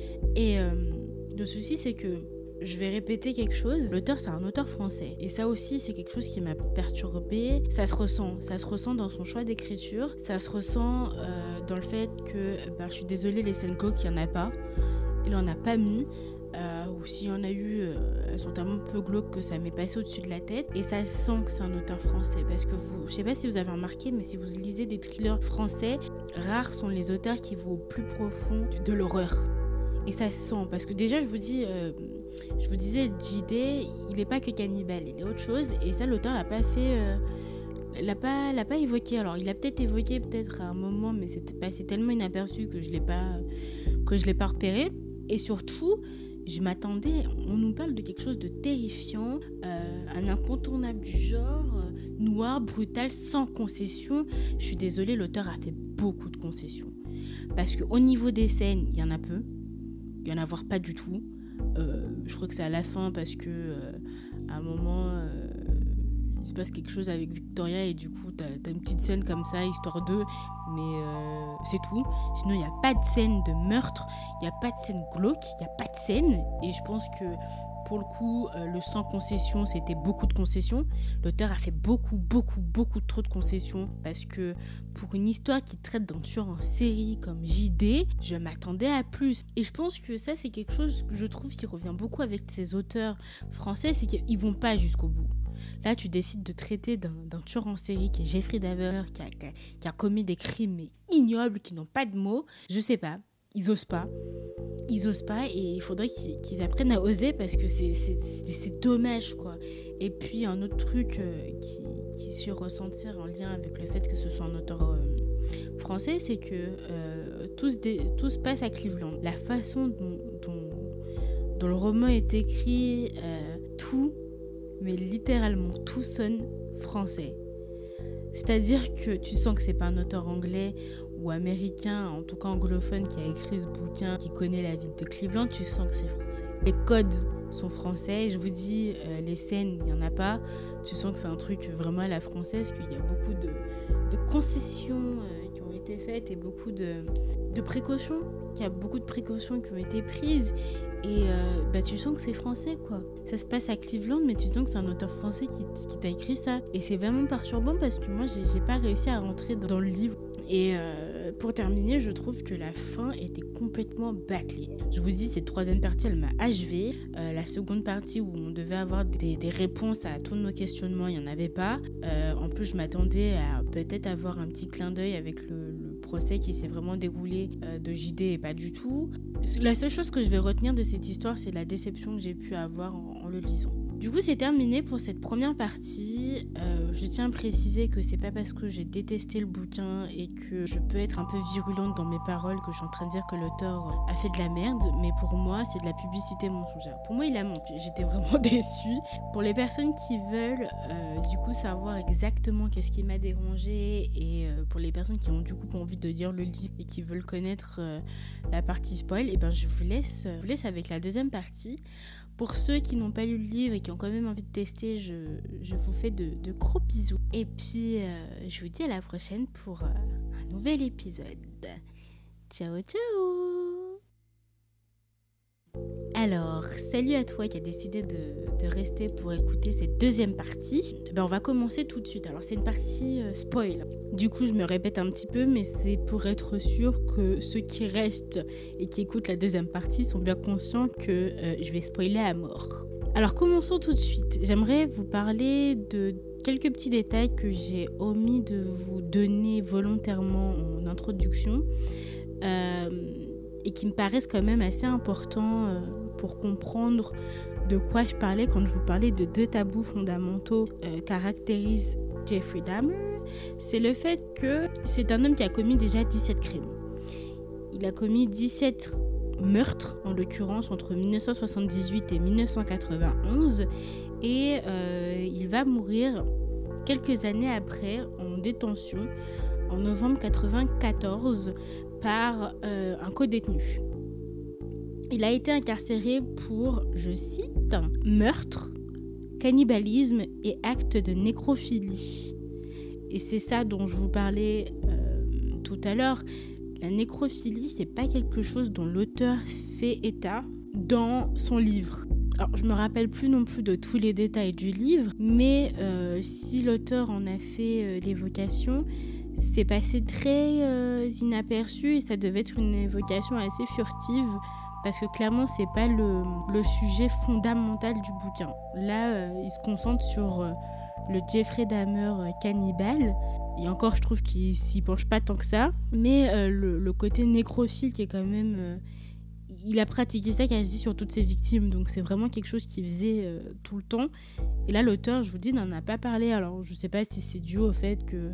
Et euh, le souci, c'est que je vais répéter quelque chose. L'auteur, c'est un auteur français. Et ça aussi, c'est quelque chose qui m'a perturbée. Ça se ressent. Ça se ressent dans son choix d'écriture. Ça se ressent euh, dans le fait que, bah, je suis désolée, les scènes glauques, il n'y en a pas. Il en a pas mis. Euh, ou s'il y en a eu, euh, elles sont tellement peu glauques que ça m'est passé au-dessus de la tête. Et ça sent que c'est un auteur français. Parce que vous, je sais pas si vous avez remarqué, mais si vous lisez des thrillers français, rares sont les auteurs qui vont au plus profond de l'horreur. Et ça se sent. Parce que déjà, je vous dis... Euh, Je vous disais, J D, il n'est pas que cannibale, il est autre chose. Et ça, l'auteur l'a pas fait, euh, l'a pas, l'a pas évoqué. Alors, il a peut-être évoqué peut-être à un moment, mais c'était passé tellement inaperçu que je l'ai pas, que je l'ai pas repéré. Et surtout, je m'attendais. On nous parle de quelque chose de terrifiant, euh, un incontournable du genre, euh, noir, brutal, sans concession. Je suis désolée, l'auteur a fait beaucoup de concessions. Parce qu'au niveau des scènes, il y en a peu, il y en a voire pas du tout. Euh, je crois que c'est à la fin parce que euh, à un moment euh, il se passe quelque chose avec Victoria et du coup t'as, t'as une petite scène comme ça histoire d'eux, mais euh, c'est tout. Sinon il n'y a pas de scène de meurtre, il n'y a pas de scène glauque, il n'y a pas de scène. Et je pense que pour le coup, euh, le sans concession, c'était beaucoup de concessions. L'auteur a fait beaucoup, beaucoup, beaucoup trop de concessions parce que pour une histoire qui traite d'un tueur en série comme J D, je m'attendais à plus. Et je pense que ça, c'est quelque chose que je trouve qui revient beaucoup avec ces auteurs français, c'est qu'ils vont pas jusqu'au bout. Là, tu décides de traiter d'un, d'un tueur en série qui est Jeffrey Dahmer, qui a, qui a, qui a commis des crimes mais ignobles, qui n'ont pas de mots. Je sais pas. Ils osent pas. Ils osent pas et il faudrait qu'ils, qu'ils apprennent à oser parce que c'est, c'est, c'est, c'est dommage, quoi. Et puis, un autre truc euh, qui, qui se fait ressentir en lien avec le fait que ce soit un auteur euh, français, c'est que euh, tout, se dé, tout se passe à Cleveland. La façon dont, dont, dont le roman est écrit, euh, tout, mais littéralement, tout sonne français. C'est-à-dire que tu sens que c'est pas un auteur anglais ou américain, en tout cas anglophone, qui a écrit ce bouquin, qui connaît la ville de Cleveland, tu sens que c'est français. Les codes sont français, je vous dis, euh, les scènes, il n'y en a pas. Tu sens que c'est un truc vraiment à la française, qu'il y a beaucoup de, de concessions euh, qui ont été faites et beaucoup de, de précautions, qu'il y a beaucoup de précautions qui ont été prises. Et euh, bah, tu sens que c'est français, quoi. Ça se passe à Cleveland, mais tu sens que c'est un auteur français qui, qui t'a écrit ça. Et c'est vraiment perturbant parce que moi, j'ai, j'ai pas réussi à rentrer dans, dans le livre. Et euh, pour terminer, je trouve que la fin était complètement bâclée. Je vous dis, cette troisième partie, elle m'a achevée. Euh, la seconde partie où on devait avoir des, des réponses à tous nos questionnements, il n'y en avait pas. Euh, en plus, je m'attendais à peut-être avoir un petit clin d'œil avec le, le procès qui s'est vraiment déroulé euh, de J D et pas du tout. La seule chose que je vais retenir de cette histoire, c'est la déception que j'ai pu avoir en, en le lisant. Du coup, c'est terminé pour cette première partie. Euh, je tiens à préciser que c'est pas parce que j'ai détesté le bouquin et que je peux être un peu virulente dans mes paroles que je suis en train de dire que l'auteur a fait de la merde, mais pour moi, c'est de la publicité mensongère. Pour moi, il a menti. J'étais vraiment déçue. Pour les personnes qui veulent, euh, du coup, savoir exactement qu'est-ce qui m'a dérangée et euh, pour les personnes qui ont du coup pas envie de lire le livre et qui veulent connaître euh, la partie spoil, et ben je vous laisse, je vous laisse avec la deuxième partie. Pour ceux qui n'ont pas lu le livre et qui ont quand même envie de tester, je, je vous fais de, de gros bisous. Et puis, euh, je vous dis à la prochaine pour euh, un nouvel épisode. Ciao, ciao! Alors, salut à toi qui as décidé de, de rester pour écouter cette deuxième partie. Ben, on va commencer tout de suite. Alors, c'est une partie euh, spoil. Du coup, je me répète un petit peu, mais c'est pour être sûr que ceux qui restent et qui écoutent la deuxième partie sont bien conscients que euh, je vais spoiler à mort. Alors, commençons tout de suite. J'aimerais vous parler de quelques petits détails que j'ai omis de vous donner volontairement en introduction. Euh... et qui me paraissent quand même assez importants euh, pour comprendre de quoi je parlais quand je vous parlais de deux tabous fondamentaux euh, caractérisent Jeffrey Dahmer. C'est le fait que c'est un homme qui a commis déjà dix-sept crimes. Il a commis dix-sept meurtres, en l'occurrence entre dix-neuf cent soixante-dix-huit et dix-neuf cent quatre-vingt-onze, et euh, il va mourir quelques années après en détention en novembre quatre-vingt-quatorze par euh, un co-détenu. Il a été incarcéré pour, je cite, meurtre, cannibalisme et acte de nécrophilie. Et c'est ça dont je vous parlais euh, tout à l'heure. La nécrophilie, c'est pas quelque chose dont l'auteur fait état dans son livre. Alors, je me rappelle plus non plus de tous les détails du livre, mais euh, si l'auteur en a fait euh, l'évocation, c'est passé très euh, inaperçu et ça devait être une évocation assez furtive parce que clairement, c'est pas le, le sujet fondamental du bouquin. Là, euh, il se concentre sur euh, le Jeffrey Dahmer euh, cannibale. Et encore, je trouve qu'il s'y penche pas tant que ça. Mais euh, le, le côté nécrophile qui est quand même... Euh, il a pratiqué ça quasi sur toutes ses victimes. Donc c'est vraiment quelque chose qu'il faisait euh, tout le temps. Et là, l'auteur, je vous dis, n'en a pas parlé. Alors, je sais pas si c'est dû au fait que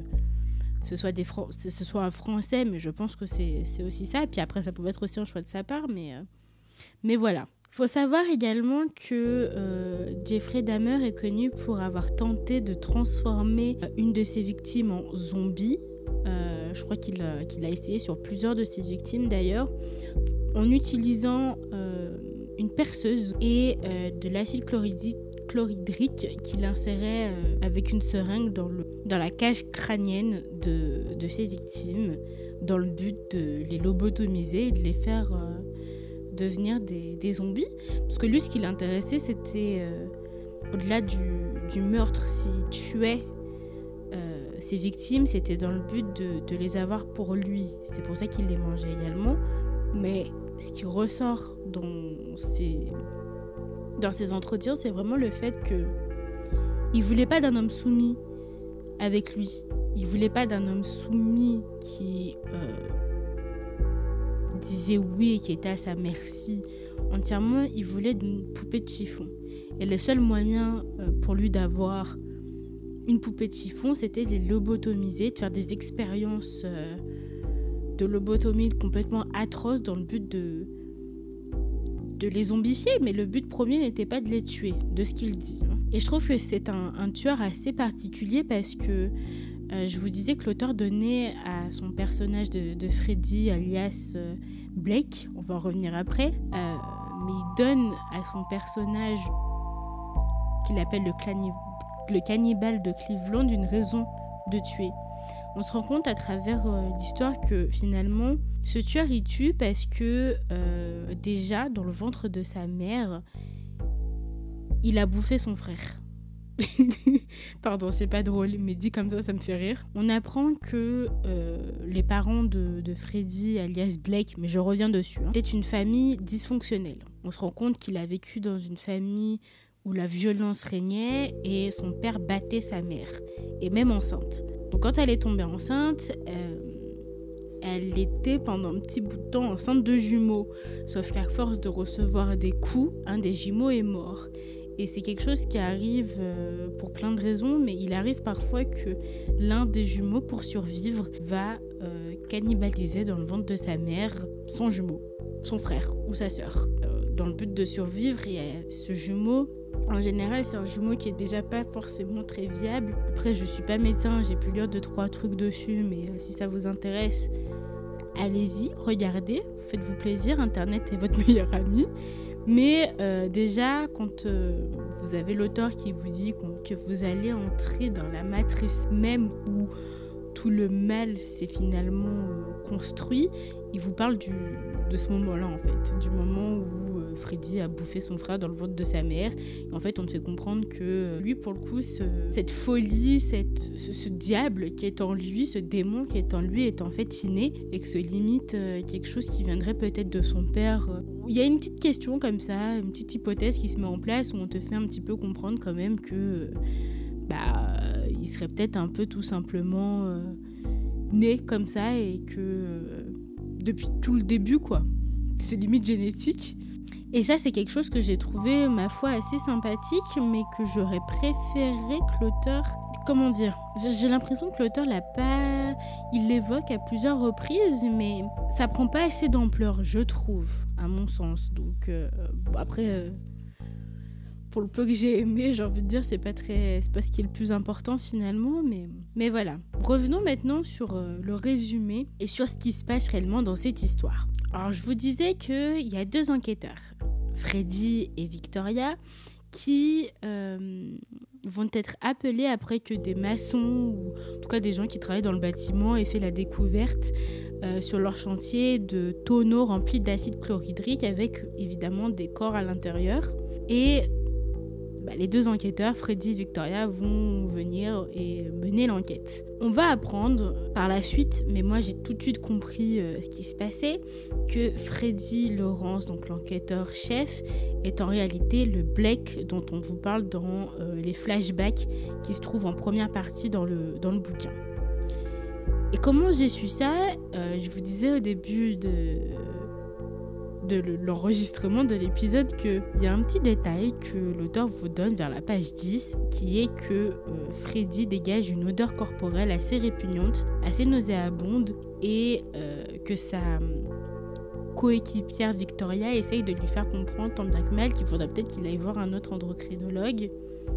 ce soit, des Fran- ce soit un Français, mais je pense que c'est, c'est aussi ça. Et puis après, ça pouvait être aussi un choix de sa part. Mais, euh, mais voilà. Il faut savoir également que euh, Jeffrey Dahmer est connu pour avoir tenté de transformer une de ses victimes en zombie. Euh, je crois qu'il a, qu'il a essayé sur plusieurs de ses victimes d'ailleurs, en utilisant euh, une perceuse et euh, de l'acide chlorhydrique, chlorhydrique qu'il insérait euh, avec une seringue dans, le, dans la cage crânienne de, de ses victimes, dans le but de les lobotomiser et de les faire... Euh, devenir des, des zombies, parce que lui ce qui l'intéressait c'était euh, au-delà du, du meurtre, s'il tuait euh, ses victimes, c'était dans le but de, de les avoir pour lui, c'est pour ça qu'il les mangeait également. Mais ce qui ressort dans ses, dans ses entretiens, c'est vraiment le fait que il voulait pas d'un homme soumis avec lui, il voulait pas d'un homme soumis qui euh, disait oui et qui était à sa merci entièrement. Il voulait une poupée de chiffon. Et le seul moyen pour lui d'avoir une poupée de chiffon, c'était de les lobotomiser, de faire des expériences de lobotomie complètement atroces dans le but de, de les zombifier. Mais le but premier n'était pas de les tuer, de ce qu'il dit. Et je trouve que c'est un, un tueur assez particulier parce que Euh, je vous disais que l'auteur donnait à son personnage de, de Freddy, alias euh, Blake, on va en revenir après, euh, mais il donne à son personnage, qu'il appelle le, clani- le cannibale de Cleveland, une raison de tuer. On se rend compte à travers euh, l'histoire que finalement, ce tueur il tue parce que euh, déjà, dans le ventre de sa mère, il a bouffé son frère. Pardon, c'est pas drôle, mais dit comme ça, ça me fait rire. On apprend que euh, les parents de, de Freddy, alias Blake, mais je reviens dessus, hein, c'était une famille dysfonctionnelle. On se rend compte qu'il a vécu dans une famille où la violence régnait et son père battait sa mère, et même enceinte. Donc quand elle est tombée enceinte, euh, elle était pendant un petit bout de temps enceinte de jumeaux. Sauf qu'à force de recevoir des coups, un des jumeaux est mort. Et c'est quelque chose qui arrive euh, pour plein de raisons, mais il arrive parfois que l'un des jumeaux, pour survivre, va euh, cannibaliser dans le ventre de sa mère son jumeau, son frère ou sa sœur, euh, dans le but de survivre. Et euh, ce jumeau, en général, c'est un jumeau qui est déjà pas forcément très viable. Après, je suis pas médecin, j'ai pu lire deux, trois trucs dessus, mais euh, si ça vous intéresse, allez-y, regardez, faites-vous plaisir, Internet est votre meilleur ami. Mais euh, déjà, quand euh, vous avez l'auteur qui vous dit que vous allez entrer dans la matrice même où tout le mal s'est finalement euh, construit, il vous parle du, de ce moment-là en fait, du moment où euh, Freddy a bouffé son frère dans le ventre de sa mère. Et en fait, on te fait comprendre que euh, lui, pour le coup, ce, cette folie, cette, ce, ce diable qui est en lui, ce démon qui est en lui est en fait inné et que ce limite euh, quelque chose qui viendrait peut-être de son père. Il y a une petite question comme ça, une petite hypothèse qui se met en place où on te fait un petit peu comprendre quand même que bah, il serait peut-être un peu tout simplement euh, né comme ça et que euh, depuis tout le début quoi, c'est limite génétique. Et ça, c'est quelque chose que j'ai trouvé, ma foi, assez sympathique, mais que j'aurais préféré que l'auteur... Comment dire ? J'ai l'impression que l'auteur l'a pas... Il l'évoque à plusieurs reprises, mais ça prend pas assez d'ampleur, je trouve, à mon sens. Donc, euh, après... Euh... Pour le peu que j'ai aimé, j'ai envie de dire, c'est pas très, c'est pas ce qui est le plus important finalement, mais, mais voilà. Revenons maintenant sur euh, le résumé et sur ce qui se passe réellement dans cette histoire. Alors, je vous disais qu'il y a deux enquêteurs, Freddy et Victoria, qui euh, vont être appelés après que des maçons, ou en tout cas des gens qui travaillent dans le bâtiment, aient fait la découverte euh, sur leur chantier de tonneaux remplis d'acide chlorhydrique avec évidemment des corps à l'intérieur. Et bah, les deux enquêteurs, Freddy et Victoria, vont venir et mener l'enquête. On va apprendre par la suite, mais moi j'ai tout de suite compris euh, ce qui se passait, que Freddy Lawrence, donc l'enquêteur-chef, est en réalité le Blake dont on vous parle dans euh, les flashbacks qui se trouvent en première partie dans le, dans le bouquin. Et comment j'ai su ça ? euh, Je vous disais au début de... de l'enregistrement de l'épisode qu'il y a un petit détail que l'auteur vous donne vers la page dix, qui est que euh, Freddy dégage une odeur corporelle assez répugnante, assez nauséabonde, et euh, que sa coéquipière Victoria essaye de lui faire comprendre tant bien que mal qu'il faudra peut-être qu'il aille voir un autre endocrinologue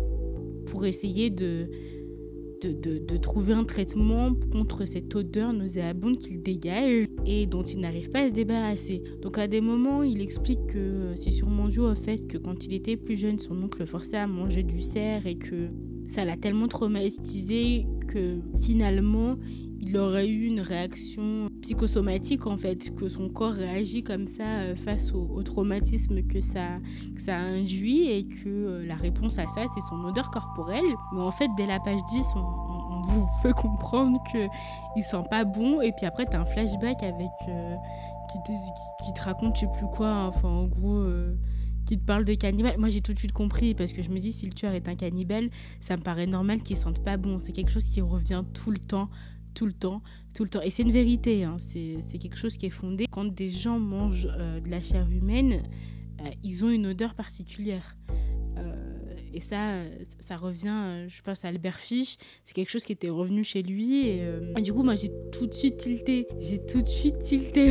pour essayer de De, de, de trouver un traitement contre cette odeur nauséabonde qu'il dégage et dont il n'arrive pas à se débarrasser. Donc à des moments, il explique que c'est sûrement dû au fait que quand il était plus jeune, son oncle le forçait à manger du cerf et que ça l'a tellement traumatisé que finalement, il aurait eu une réaction psychosomatique en fait, que son corps réagit comme ça face au, au traumatisme que ça, que ça a induit et que la réponse à ça, c'est son odeur corporelle. Mais en fait, dès la page dix, on, on vous fait comprendre qu'il sent pas bon et puis après, t'as un flashback avec euh, qui, te, qui, qui te raconte je sais plus quoi, enfin en gros... Euh, qui te parle de cannibale. Moi, j'ai tout de suite compris parce que je me dis, si le tueur est un cannibale, ça me paraît normal qu'il sente pas bon. C'est quelque chose qui revient tout le temps, tout le temps, tout le temps. Et c'est une vérité, hein. c'est, c'est quelque chose qui est fondé. Quand des gens mangent euh, de la chair humaine, euh, ils ont une odeur particulière. Euh, et ça, ça revient, euh, je pense à Albert Fish, c'est quelque chose qui était revenu chez lui. Et, euh, et du coup, moi, j'ai tout de suite tilté. J'ai tout de suite tilté.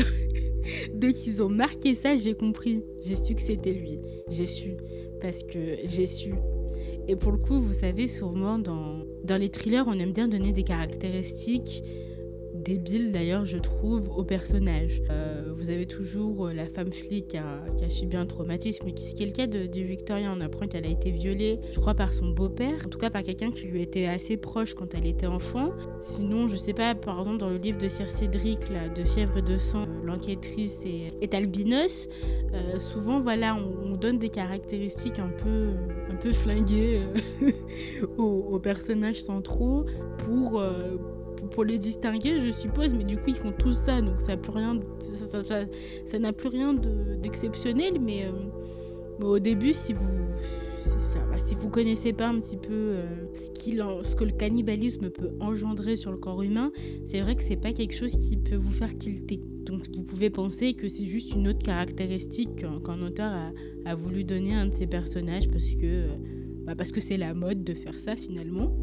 Dès qu'ils ont marqué ça, j'ai compris. J'ai su que c'était lui. J'ai su. Parce que j'ai su. Et pour le coup, vous savez, souvent, dans, dans les thrillers, on aime bien donner des caractéristiques débiles, d'ailleurs, je trouve, aux personnages. Euh, vous avez toujours la femme flic qui a, qui a subi un traumatisme, ce qui est le cas de, de Victoria. On apprend qu'elle a été violée, je crois, par son beau-père. En tout cas, par quelqu'un qui lui était assez proche quand elle était enfant. Sinon, je sais pas, par exemple, dans le livre de Sir Cédric, là, de Fièvre et de sang, l'enquêtrice est, est albinos. Euh, souvent, voilà, on, on donne des caractéristiques un peu, un peu flinguées euh, aux, aux personnages centraux pour... Euh, pour les distinguer, je suppose, mais du coup ils font tout ça, donc ça n'a plus rien, ça, ça, ça, ça n'a plus rien de, d'exceptionnel, mais, euh, mais au début, si vous, ça, si vous connaissez pas un petit peu euh, ce, qu'il en, ce que le cannibalisme peut engendrer sur le corps humain, c'est vrai que c'est pas quelque chose qui peut vous faire tilter. Donc vous pouvez penser que c'est juste une autre caractéristique qu'un, qu'un auteur a, a voulu donner à un de ses personnages parce que, bah parce que c'est la mode de faire ça finalement.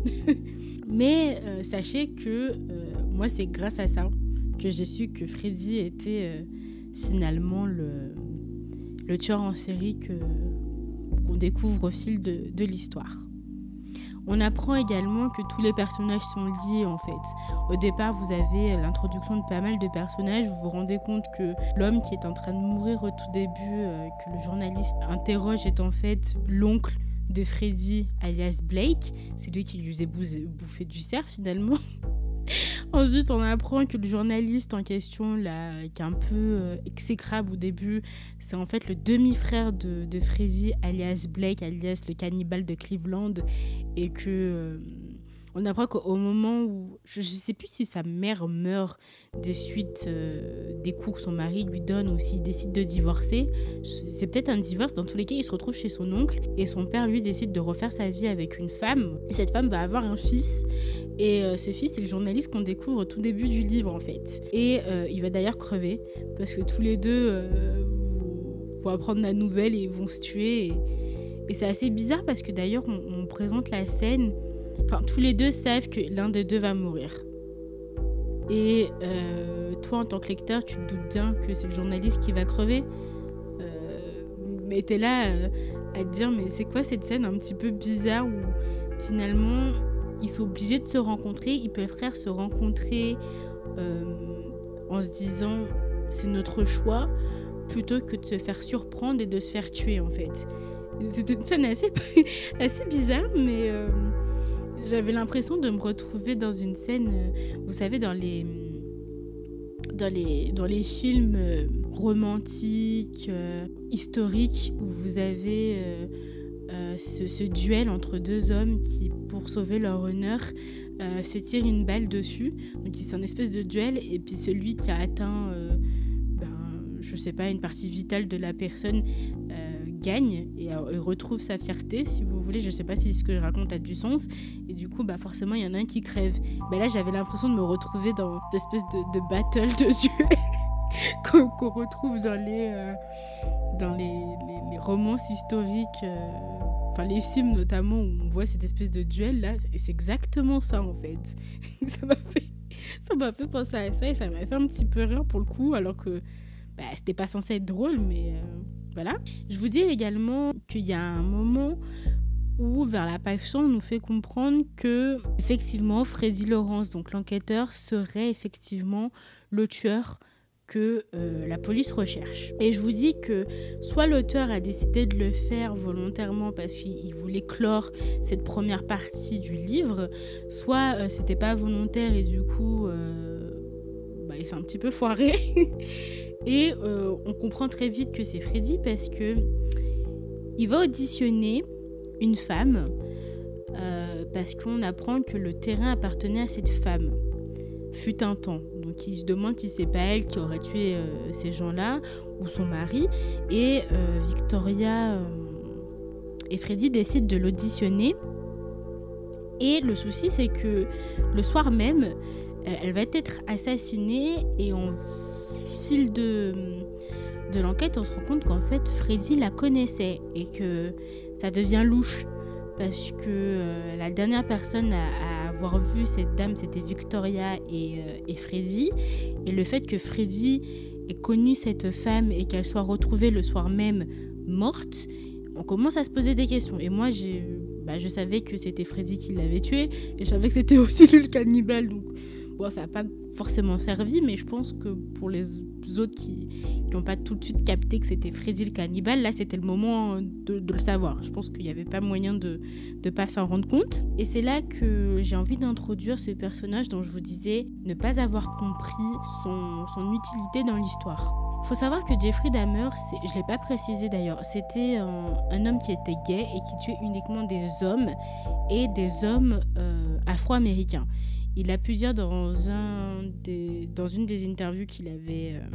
Mais euh, sachez que euh, moi, c'est grâce à ça que j'ai su que Freddy était euh, finalement le, le tueur en série que, qu'on découvre au fil de, de l'histoire. On apprend également que tous les personnages sont liés en fait. Au départ, vous avez l'introduction de pas mal de personnages. Vous vous rendez compte que l'homme qui est en train de mourir au tout début, euh, que le journaliste interroge, est en fait l'oncle de Freddy, alias Blake. C'est lui qui lui faisait bouffer du cerf finalement. Ensuite, on apprend que le journaliste en question, là, qui est un peu euh, exécrable au début, c'est en fait le demi-frère de, de Freddy, alias Blake, alias le cannibale de Cleveland. Et que... Euh, on apprend qu'au moment où... Je ne sais plus si sa mère meurt des suites euh, des coups que son mari lui donne ou s'il décide de divorcer. C'est peut-être un divorce. Dans tous les cas, il se retrouve chez son oncle et son père, lui, décide de refaire sa vie avec une femme. Et cette femme va avoir un fils. Et euh, ce fils, c'est le journaliste qu'on découvre au tout début du livre, en fait. Et euh, il va d'ailleurs crever parce que tous les deux... Euh, vont apprendre la nouvelle et ils vont se tuer. Et, et c'est assez bizarre parce que d'ailleurs, on, on présente la scène. Enfin, tous les deux savent que l'un des deux va mourir. Et euh, toi, en tant que lecteur, tu te doutes bien que c'est le journaliste qui va crever. Euh, mais t'es là euh, à te dire, mais c'est quoi cette scène un petit peu bizarre où finalement, ils sont obligés de se rencontrer. Ils préfèrent se rencontrer euh, en se disant, c'est notre choix, plutôt que de se faire surprendre et de se faire tuer, en fait. C'était une scène assez, assez bizarre, mais euh, j'avais l'impression de me retrouver dans une scène, euh, vous savez, dans les, dans les, dans les films euh, romantiques, euh, historiques, où vous avez euh, euh, ce, ce duel entre deux hommes qui, pour sauver leur honneur, euh, se tirent une balle dessus. Donc c'est un espèce de duel, et puis celui qui a atteint... Euh, je sais pas, une partie vitale de la personne euh, gagne et, euh, et retrouve sa fierté, si vous voulez. Je sais pas si ce que je raconte a du sens. Et du coup, bah, forcément, il y en a un qui crève. Bah, là, j'avais l'impression de me retrouver dans cette espèce de, de battle de duel qu'on, qu'on retrouve dans les, euh, dans les, les, les romances historiques, euh, enfin les films notamment, où on voit cette espèce de duel là. C'est, c'est exactement ça, en fait. ça m'a fait, ça m'a fait penser à ça et ça m'a fait un petit peu rire pour le coup, alors que bah, c'était pas censé être drôle, mais euh, voilà. Je vous dis également qu'il y a un moment où, vers la page cent, on nous fait comprendre que, effectivement, Freddy Lawrence, donc l'enquêteur, serait effectivement le tueur que euh, la police recherche. Et je vous dis que soit l'auteur a décidé de le faire volontairement parce qu'il voulait clore cette première partie du livre, soit euh, c'était pas volontaire et du coup, euh, bah, il s'est un petit peu foiré. Et euh, on comprend très vite que c'est Freddy parce que il va auditionner une femme euh, parce qu'on apprend que le terrain appartenait à cette femme. Fut un temps. Donc il se demande si c'est pas elle qui aurait tué euh, ces gens-là ou son mari. Et euh, Victoria euh, et Freddy décident de l'auditionner. Et le souci, c'est que le soir même, euh, elle va être assassinée et on fil de, de l'enquête, on se rend compte qu'en fait, Freddy la connaissait et que ça devient louche parce que euh, la dernière personne à, à avoir vu cette dame, c'était Victoria et, euh, et Freddy. Et le fait que Freddy ait connu cette femme et qu'elle soit retrouvée le soir même morte, on commence à se poser des questions. Et moi, j'ai, bah, je savais que c'était Freddy qui l'avait tué et je savais que c'était aussi lui le cannibale. Donc, bon, ça n'a pas forcément servi, mais je pense que pour les autres qui n'ont pas tout de suite capté que c'était Freddy le cannibale, là c'était le moment de, de le savoir. Je pense qu'il n'y avait pas moyen de ne pas s'en rendre compte. Et c'est là que j'ai envie d'introduire ce personnage dont je vous disais ne pas avoir compris son, son utilité dans l'histoire. Il faut savoir que Jeffrey Dahmer, c'est, je ne l'ai pas précisé d'ailleurs, c'était un, un homme qui était gay et qui tuait uniquement des hommes et des hommes euh, afro-américains. Il a pu dire dans, un des, dans une des interviews qu'il avait, euh,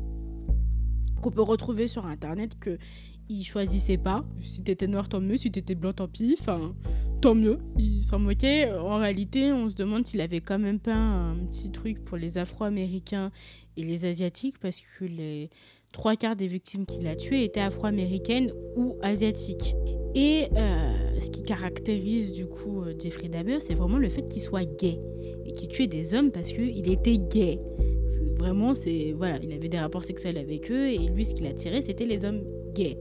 qu'on peut retrouver sur internet, qu'il choisissait pas. Si t'étais noir, tant mieux. Si t'étais blanc, tant pis. Enfin, tant mieux. Il s'en moquait. En réalité, on se demande s'il avait quand même pas un petit truc pour les Afro-Américains et les Asiatiques, parce que les trois quarts des victimes qu'il a tuées étaient afro-américaines ou asiatiques. Et euh, ce qui caractérise du coup Jeffrey Dahmer, c'est vraiment le fait qu'il soit gay et qu'il tuait des hommes parce qu'il était gay. C'est vraiment, c'est, voilà, il avait des rapports sexuels avec eux et lui, ce qu'il attirait, c'était les hommes gays.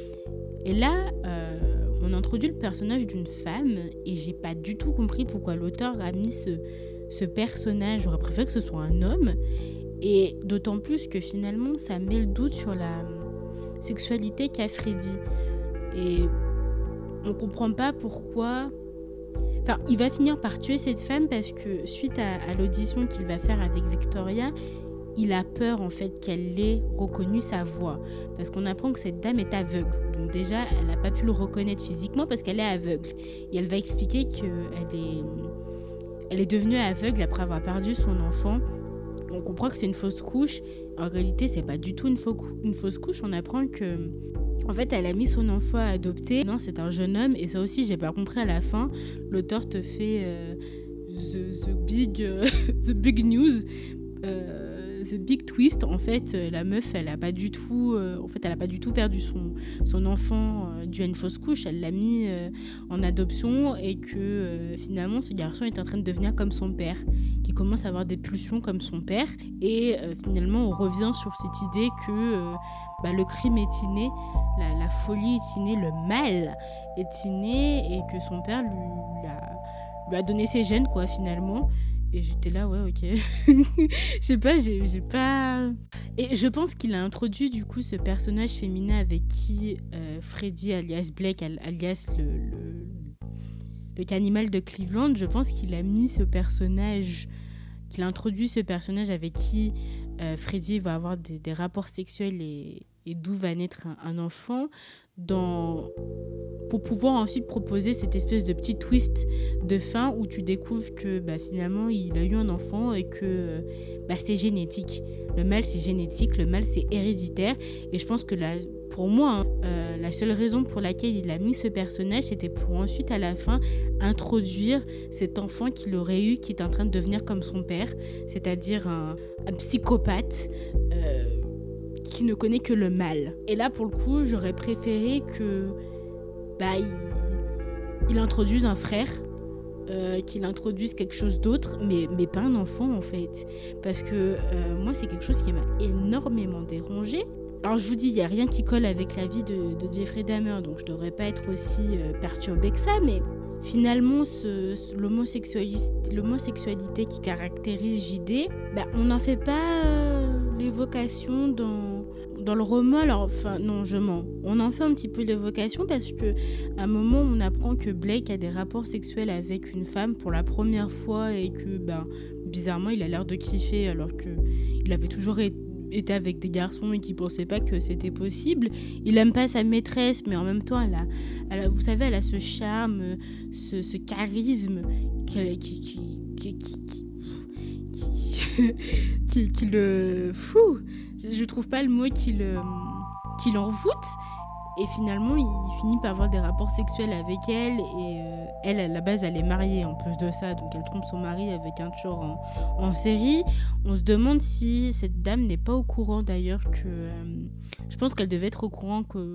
Et là, euh, on introduit le personnage d'une femme et j'ai pas du tout compris pourquoi l'auteur a mis ce, ce personnage. J'aurais préféré que ce soit un homme. Et d'autant plus que finalement, ça met le doute sur la sexualité qu'a Freddy. Et on comprend pas pourquoi... Enfin, il va finir par tuer cette femme parce que suite à, à l'audition qu'il va faire avec Victoria, il a peur en fait qu'elle ait reconnu sa voix. Parce qu'on apprend que cette dame est aveugle. Donc déjà, elle n'a pas pu le reconnaître physiquement parce qu'elle est aveugle. Et elle va expliquer qu'elle est, elle est devenue aveugle après avoir perdu son enfant. On comprend que c'est une fausse couche. En réalité, c'est pas du tout une, faux, une fausse couche. On apprend que, en fait, elle a mis son enfant à adopter. Non, c'est un jeune homme. Et ça aussi, j'ai pas compris à la fin. L'auteur te fait euh, the, the big, euh, the big news. euh, the big twist, en fait, euh, la meuf, elle a pas du tout, euh, en fait, elle a pas du tout perdu son, son enfant euh, dû à une fausse couche. Elle l'a mis euh, en adoption et que euh, finalement, ce garçon est en train de devenir comme son père, qui commence à avoir des pulsions comme son père. Et euh, finalement, on revient sur cette idée que euh, bah, le crime est inné, la, la folie est innée, le mal est inné, et que son père lui, lui, a, lui a donné ses gènes, quoi, finalement. Et j'étais là, ouais, ok. Je sais pas, j'ai, j'ai pas... Et je pense qu'il a introduit, du coup, ce personnage féminin avec qui euh, Freddy, alias Blake, alias le, le, le cannibale de Cleveland, je pense qu'il a mis ce personnage, qu'il a introduit ce personnage avec qui euh, Freddy va avoir des, des rapports sexuels et, et d'où va naître un, un enfant, dans... pour pouvoir ensuite proposer cette espèce de petit twist de fin où tu découvres que bah, finalement il a eu un enfant et que bah, c'est génétique. Le mal c'est génétique, le mal c'est héréditaire, et je pense que la, pour moi, hein, euh, la seule raison pour laquelle il a mis ce personnage, c'était pour ensuite à la fin introduire cet enfant qu'il aurait eu, qui est en train de devenir comme son père, c'est-à-dire un, un psychopathe euh, qui ne connaît que le mal. Et là pour le coup j'aurais préféré que bah, il, il introduise un frère, euh, qu'il introduise quelque chose d'autre, mais, mais pas un enfant en fait. Parce que euh, moi, c'est quelque chose qui m'a énormément dérangée. Alors je vous dis, il n'y a rien qui colle avec la vie de, de Jeffrey Dahmer, donc je ne devrais pas être aussi euh, perturbée que ça, mais finalement, ce, ce, l'homosexualité, l'homosexualité qui caractérise J D, bah, on n'en fait pas euh, l'évocation dans... Dans le roman, alors, enfin, non, je mens. On en fait un petit peu l'évocation parce qu'à un moment, on apprend que Blake a des rapports sexuels avec une femme pour la première fois et que, ben, bizarrement, il a l'air de kiffer alors qu'il avait toujours été avec des garçons et qu'il ne pensait pas que c'était possible. Il n'aime pas sa maîtresse, mais en même temps, elle a, elle a, vous savez, elle a ce charme, ce, ce charisme qui, qui, qui, qui, qui, qui, qui, qui le... Fou. Je trouve pas le mot qui, le, qui l'envoûte, et finalement il finit par avoir des rapports sexuels avec elle, et euh, elle à la base elle est mariée en plus de ça, donc elle trompe son mari avec un tueur en, en série. On se demande si cette dame n'est pas au courant d'ailleurs que euh, je pense qu'elle devait être au courant que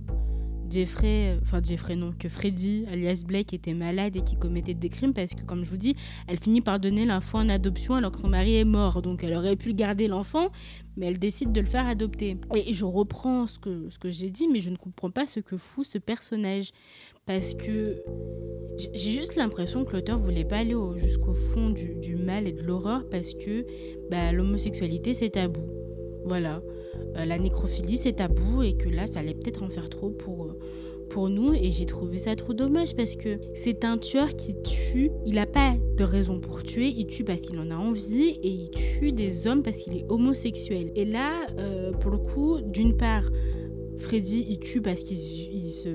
Jeffrey, enfin Jeffrey non, que Freddy, alias Blake, était malade et qui commettait des crimes, parce que comme je vous dis, elle finit par donner l'enfant en adoption alors que son mari est mort, donc elle aurait pu garder l'enfant, mais elle décide de le faire adopter. Et je reprends ce que, ce que j'ai dit, mais je ne comprends pas ce que fout ce personnage, parce que j'ai juste l'impression que l'auteur voulait pas aller au, jusqu'au fond du, du mal et de l'horreur, parce que bah, l'homosexualité c'est tabou, voilà. Euh, la nécrophilie c'est tabou, et que là ça allait peut-être en faire trop pour, pour nous, et j'ai trouvé ça trop dommage, parce que c'est un tueur qui tue, il n'a pas de raison pour tuer, il tue parce qu'il en a envie, et il tue des hommes parce qu'il est homosexuel. Et là euh, pour le coup, d'une part Freddy il tue parce qu'il il se...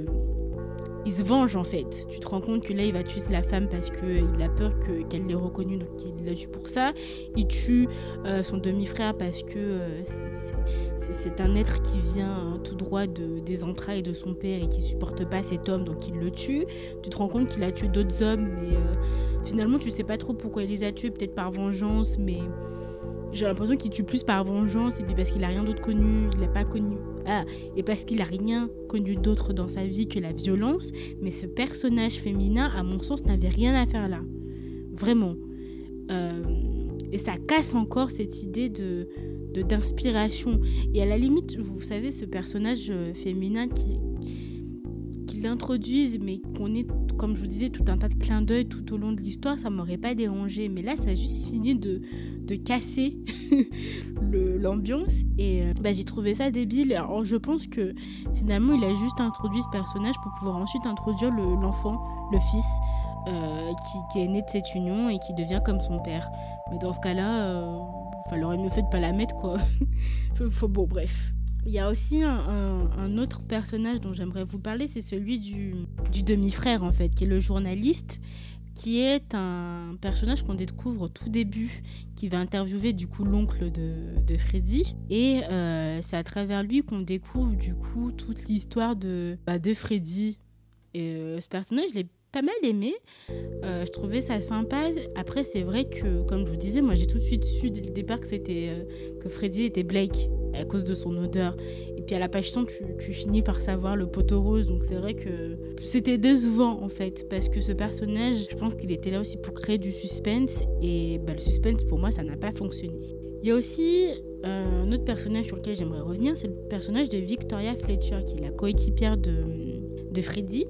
il se venge en fait. Tu te rends compte que là il va tuer la femme parce qu'il a peur que, qu'elle l'ait reconnue, donc il la tue pour ça. Il tue euh, son demi-frère parce que euh, c'est, c'est, c'est, c'est un être qui vient hein, tout droit de, des entrailles de son père et qui supporte pas cet homme, donc il le tue. Tu te rends compte qu'il a tué d'autres hommes, mais euh, finalement tu sais pas trop pourquoi il les a tués, peut-être par vengeance, mais j'ai l'impression qu'il tue plus par vengeance, et puis parce qu'il a rien d'autre connu, il n'a pas connu. Ah, et parce qu'il a rien connu d'autre dans sa vie que la violence, mais ce personnage féminin, à mon sens, n'avait rien à faire là. Vraiment. Euh, et ça casse encore cette idée de, de, d'inspiration. Et à la limite, vous savez, ce personnage féminin qui, qui l'introduise, mais qu'on ait, comme je vous disais, tout un tas de clins d'œil tout au long de l'histoire, ça m'aurait pas dérangé. Mais là, ça a juste fini de, de casser le, l'ambiance, et euh, bah, j'ai trouvé ça débile. Alors je pense que finalement il a juste introduit ce personnage pour pouvoir ensuite introduire le, l'enfant, le fils euh, qui, qui est né de cette union et qui devient comme son père. Mais dans ce cas-là, euh, enfin, il aurait mieux fait de pas la mettre, quoi. Bon, bref. Il y a aussi un, un, un autre personnage dont j'aimerais vous parler, c'est celui du, du demi-frère en fait, qui est le journaliste, qui est un personnage qu'on découvre au tout début, qui va interviewer du coup l'oncle de, de Freddy, et euh, c'est à travers lui qu'on découvre du coup toute l'histoire de, bah, de Freddy. Et euh, ce personnage, je l'ai pas mal aimé. Euh, je trouvais ça sympa. Après, c'est vrai que, comme je vous disais, moi j'ai tout de suite su dès le départ que, c'était, euh, que Freddy était Blake à cause de son odeur. Et puis à la page cent, tu, tu finis par savoir le poteau rose. Donc c'est vrai que c'était décevant en fait. Parce que ce personnage, je pense qu'il était là aussi pour créer du suspense. Et bah, le suspense, pour moi, ça n'a pas fonctionné. Il y a aussi euh, un autre personnage sur lequel j'aimerais revenir. C'est le personnage de Victoria Fletcher, qui est la coéquipière de, de Freddy.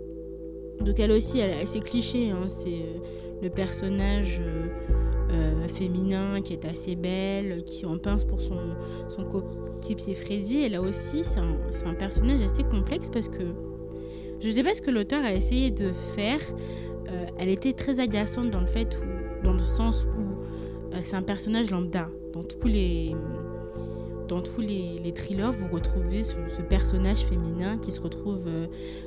Donc elle aussi, elle, elle c'est cliché, hein, c'est euh, le personnage euh, euh, féminin qui est assez belle, qui en pince pour son, son coéquipier Freddy. Et là aussi, c'est un, c'est un personnage assez complexe parce que je ne sais pas ce que l'auteur a essayé de faire. Euh, elle était très agaçante dans le fait où, dans le sens où euh, c'est un personnage lambda. Dans tous les, dans tous les, les thrillers, vous retrouvez ce, ce personnage féminin qui se retrouve euh,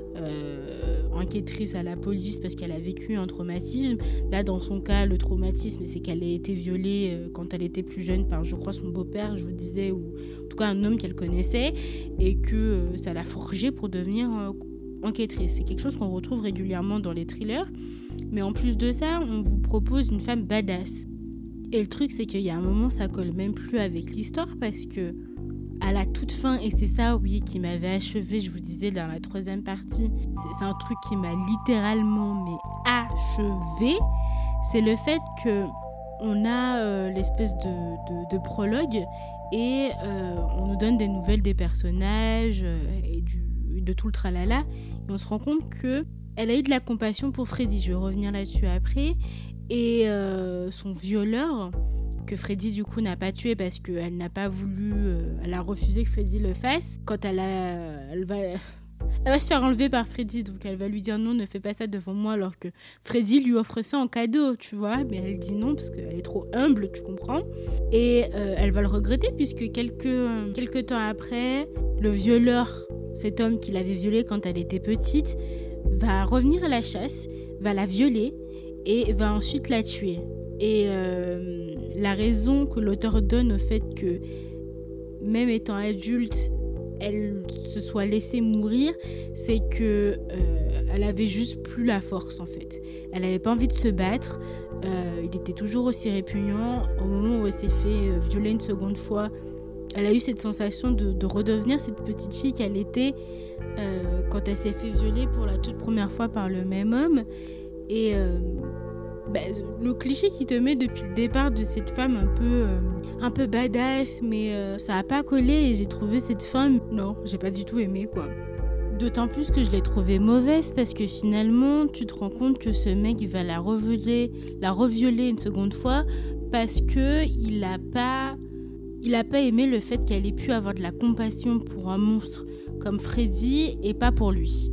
euh, enquêtrice à la police parce qu'elle a vécu un traumatisme. Là, dans son cas, le traumatisme, c'est qu'elle a été violée euh, quand elle était plus jeune par, je crois, son beau-père, je vous disais, ou en tout cas un homme qu'elle connaissait, et que euh, ça l'a forgée pour devenir euh, enquêtrice. C'est quelque chose qu'on retrouve régulièrement dans les thrillers. Mais en plus de ça, on vous propose une femme badass. Et le truc, c'est qu'il y a un moment, ça colle même plus avec l'histoire parce que à la toute fin, et c'est ça, oui, qui m'avait achevé, je vous disais, dans la troisième partie, c'est, c'est un truc qui m'a littéralement mais achevé, c'est le fait que on a euh, l'espèce de, de, de prologue et euh, on nous donne des nouvelles des personnages euh, et du, de tout le tralala, et on se rend compte que elle a eu de la compassion pour Freddy. Je vais revenir là-dessus après. Et euh, son violeur, que Freddy du coup n'a pas tué parce qu'elle n'a pas voulu, euh, elle a refusé que Freddy le fasse. Quand elle, a, elle, va, elle va se faire enlever par Freddy, donc elle va lui dire non, ne fais pas ça devant moi, alors que Freddy lui offre ça en cadeau, tu vois. Mais elle dit non parce qu'elle est trop humble, tu comprends. Et euh, elle va le regretter puisque quelques, quelques temps après, le violeur, cet homme qui l'avait violée quand elle était petite, va revenir à la chasse, va la violer et va ensuite la tuer. Et euh, la raison que l'auteur donne au fait que, même étant adulte, elle se soit laissée mourir, c'est que euh, elle avait juste plus la force en fait. Elle n'avait pas envie de se battre. Euh, il était toujours aussi répugnant. Au moment où elle s'est fait euh, violer une seconde fois, elle a eu cette sensation de, de redevenir cette petite fille qu'elle était euh, quand elle s'est fait violer pour la toute première fois par le même homme. Et euh, bah, le cliché qui te met depuis le départ de cette femme un peu, euh, un peu badass, mais euh, ça n'a pas collé et j'ai trouvé cette femme, non, j'ai pas du tout aimé quoi. D'autant plus que je l'ai trouvée mauvaise parce que finalement tu te rends compte que ce mec il va la revioler, la revioler une seconde fois parce que il a pas, il a pas aimé le fait qu'elle ait pu avoir de la compassion pour un monstre comme Freddy et pas pour lui.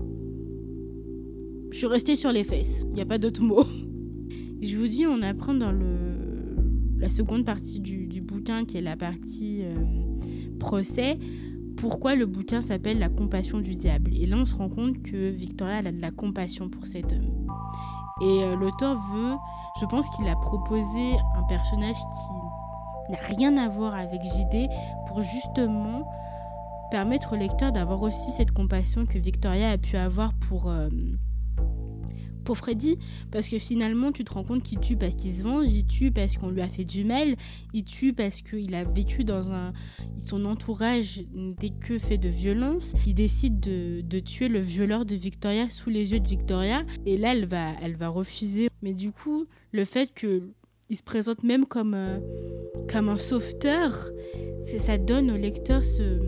Je suis restée sur les fesses, il n'y a pas d'autre mot. Je vous dis, on apprend dans le, la seconde partie du, du bouquin, qui est la partie euh, procès, pourquoi le bouquin s'appelle La compassion du diable. Et là, on se rend compte que Victoria elle a de la compassion pour cet homme. Et euh, l'auteur veut, je pense qu'il a proposé un personnage qui n'a rien à voir avec J D pour justement permettre au lecteur d'avoir aussi cette compassion que Victoria a pu avoir pour... Euh, pour Freddy, parce que finalement tu te rends compte qu'il tue parce qu'il se venge, il tue parce qu'on lui a fait du mal, il tue parce qu'il a vécu dans un... son entourage n'était que fait de violence, il décide de, de tuer le violeur de Victoria sous les yeux de Victoria, et là elle va, elle va refuser. Mais du coup, le fait qu'il se présente même comme, euh, comme un sauveteur, c'est, ça donne au lecteur ce...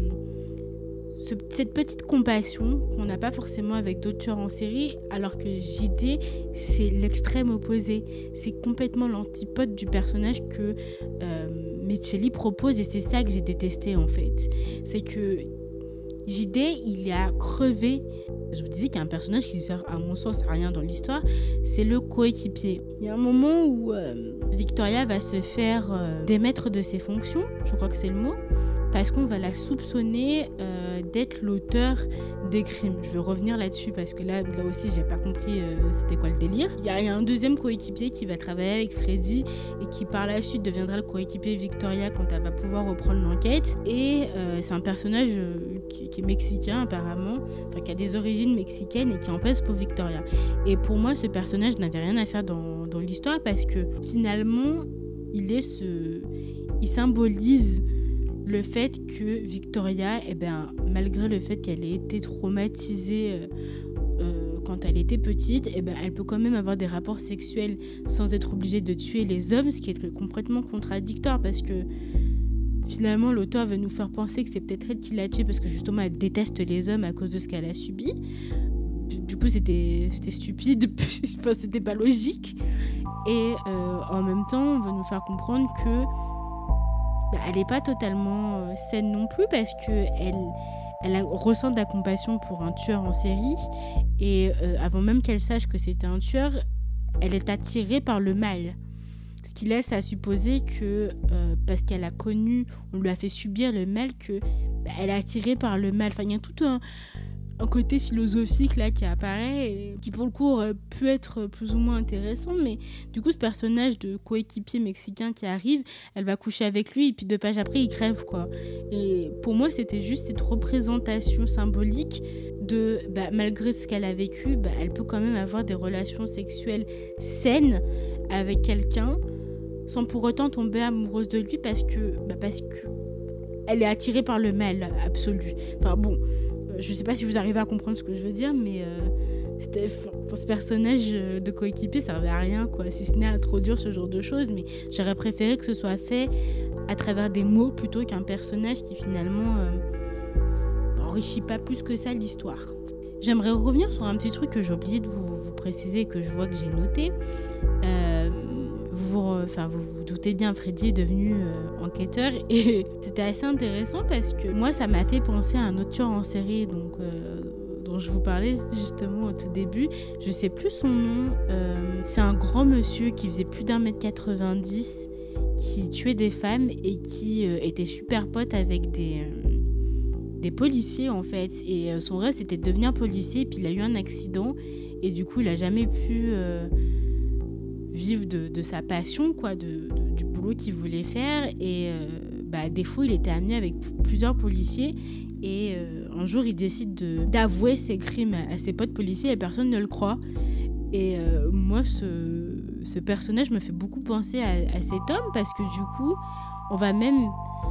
cette petite compassion qu'on n'a pas forcément avec d'autres tueurs en série, alors que J D, c'est l'extrême opposé. C'est complètement l'antipode du personnage que euh, Michelli propose, et c'est ça que j'ai détesté en fait. C'est que J D, il a crevé. Je vous disais qu'il y a un personnage qui sert à mon sens à rien dans l'histoire, c'est le coéquipier. Il y a un moment où euh, Victoria va se faire euh, démettre de ses fonctions, je crois que c'est le mot, parce qu'on va la soupçonner euh, d'être l'auteur des crimes. Je vais revenir là-dessus parce que là, là aussi, j'ai pas compris euh, c'était quoi le délire. Il y, y a un deuxième coéquipier qui va travailler avec Freddy et qui par la suite deviendra le coéquipier Victoria quand elle va pouvoir reprendre l'enquête. Et euh, c'est un personnage euh, qui, qui est mexicain apparemment, enfin qui a des origines mexicaines et qui en pèse pour Victoria. Et pour moi, ce personnage n'avait rien à faire dans, dans l'histoire parce que finalement, il est ce, il symbolise le fait que Victoria, eh ben, malgré le fait qu'elle ait été traumatisée euh, euh, quand elle était petite, eh ben, elle peut quand même avoir des rapports sexuels sans être obligée de tuer les hommes, ce qui est complètement contradictoire parce que finalement l'auteur veut nous faire penser que c'est peut-être elle qui l'a tuée parce que justement elle déteste les hommes à cause de ce qu'elle a subi. Du coup c'était, c'était stupide, enfin, c'était pas logique. Et euh, en même temps on veut nous faire comprendre que bah, elle n'est pas totalement euh, saine non plus parce qu'elle elle a, ressent de la compassion pour un tueur en série et euh, avant même qu'elle sache que c'était un tueur, elle est attirée par le mal. Ce qui laisse à supposer que euh, parce qu'elle a connu, on lui a fait subir le mal, que bah, elle est attirée par le mal. Enfin, il y a tout un, un côté philosophique là qui apparaît et qui pour le coup aurait pu être plus ou moins intéressant, mais du coup ce personnage de coéquipier mexicain qui arrive, elle va coucher avec lui et puis deux pages après il crève quoi. Et pour moi c'était juste cette représentation symbolique de bah, malgré ce qu'elle a vécu, bah, elle peut quand même avoir des relations sexuelles saines avec quelqu'un sans pour autant tomber amoureuse de lui parce que bah, parce que elle est attirée par le mal absolu. Enfin bon, je sais pas si vous arrivez à comprendre ce que je veux dire, mais euh, c'était, pour ce personnage de coéquipier, ça servait à rien, quoi, si ce n'est à introduire ce genre de choses. Mais j'aurais préféré que ce soit fait à travers des mots plutôt qu'un personnage qui finalement euh, enrichit pas plus que ça l'histoire. J'aimerais revenir sur un petit truc que j'ai oublié de vous, vous préciser, que je vois que j'ai noté. Euh, vous, enfin, vous vous doutez bien, Freddy est devenu euh, enquêteur et c'était assez intéressant parce que moi, ça m'a fait penser à un autre tueur en série donc, euh, dont je vous parlais justement au tout début. Je sais plus son nom. Euh, c'est un grand monsieur qui faisait plus d'un mètre quatre-vingt-dix, qui tuait des femmes et qui euh, était super pote avec des... Euh, des policiers en fait, et euh, son rêve c'était de devenir policier, puis il a eu un accident et du coup il a jamais pu euh, vivre de, de sa passion quoi, de, de, du boulot qu'il voulait faire et euh, bah, à défaut il était amené avec p- plusieurs policiers et euh, un jour il décide de, d'avouer ses crimes à, à ses potes policiers et personne ne le croit et euh, moi ce, ce personnage me fait beaucoup penser à, à cet homme parce que du coup on va même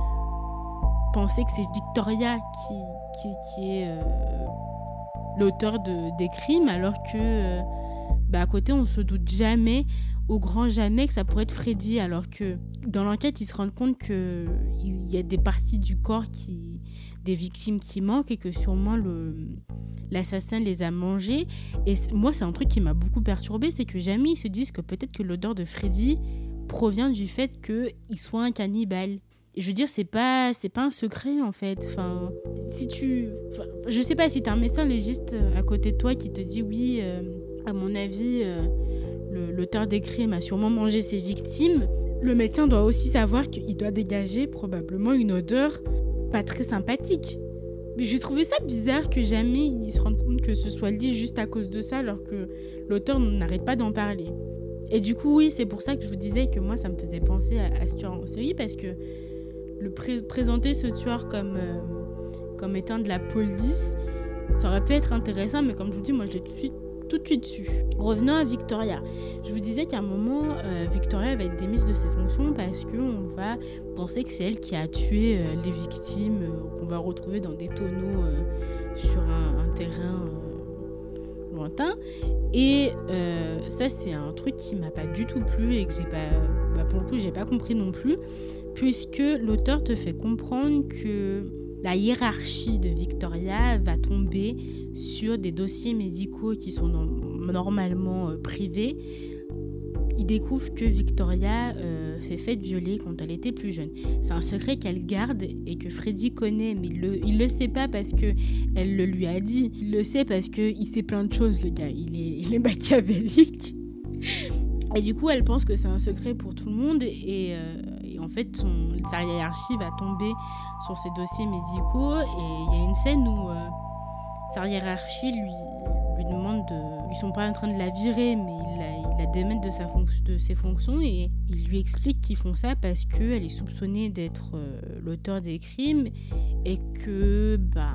penser que c'est Victoria qui, qui, qui est euh, l'auteur de, des crimes alors que euh, bah à côté on se doute jamais, au grand jamais, que ça pourrait être Freddy alors que dans l'enquête ils se rendent compte qu'il y a des parties du corps qui, des victimes qui manquent et que sûrement le, l'assassin les a mangées et moi c'est un truc qui m'a beaucoup perturbée, c'est que jamais ils se disent que peut-être que l'odeur de Freddy provient du fait qu'il soit un cannibale. Je veux dire, c'est pas, c'est pas un secret en fait. Enfin, si tu, enfin, je sais pas si t'as un médecin légiste à côté de toi qui te dit oui, euh, à mon avis, euh, le, l'auteur des crimes a sûrement mangé ses victimes. Le médecin doit aussi savoir qu'il doit dégager probablement une odeur pas très sympathique. Mais j'ai trouvé ça bizarre que jamais il se rende compte que ce soit lié juste à cause de ça, alors que l'auteur n'arrête pas d'en parler. Et du coup, oui, c'est pour ça que je vous disais que moi, ça me faisait penser à, à ce tueur en série parce que le pré- présenter ce tueur comme, euh, comme étant de la police, ça aurait pu être intéressant, mais comme je vous dis, moi je l'ai tout de suite, tout de suite su. Revenons à Victoria. Je vous disais qu'à un moment, euh, Victoria va être démise de ses fonctions parce qu'on va penser que c'est elle qui a tué euh, les victimes euh, qu'on va retrouver dans des tonneaux euh, sur un, un terrain euh, lointain. Et euh, ça, c'est un truc qui m'a pas du tout plu et que j'ai pas, bah, pour le coup, j'ai pas compris non plus. Puisque l'auteur te fait comprendre que la hiérarchie de Victoria va tomber sur des dossiers médicaux qui sont no- normalement euh, privés. Il découvre que Victoria euh, s'est faite violer quand elle était plus jeune. C'est un secret qu'elle garde et que Freddy connaît, mais il le, il le sait pas parce que elle le lui a dit. Il le sait parce qu'il sait plein de choses, le gars. Il est, il est machiavélique. Et du coup, elle pense que c'est un secret pour tout le monde et... Euh, en fait, son, sa hiérarchie va tomber sur ses dossiers médicaux. Et il y a une scène où euh, sa hiérarchie lui, lui demande de... Ils sont pas en train de la virer, mais ils la, ils la démettent de, sa fonc- de ses fonctions. Et ils lui expliquent qu'ils font ça parce qu'elle est soupçonnée d'être euh, l'auteur des crimes. Et que... Bah,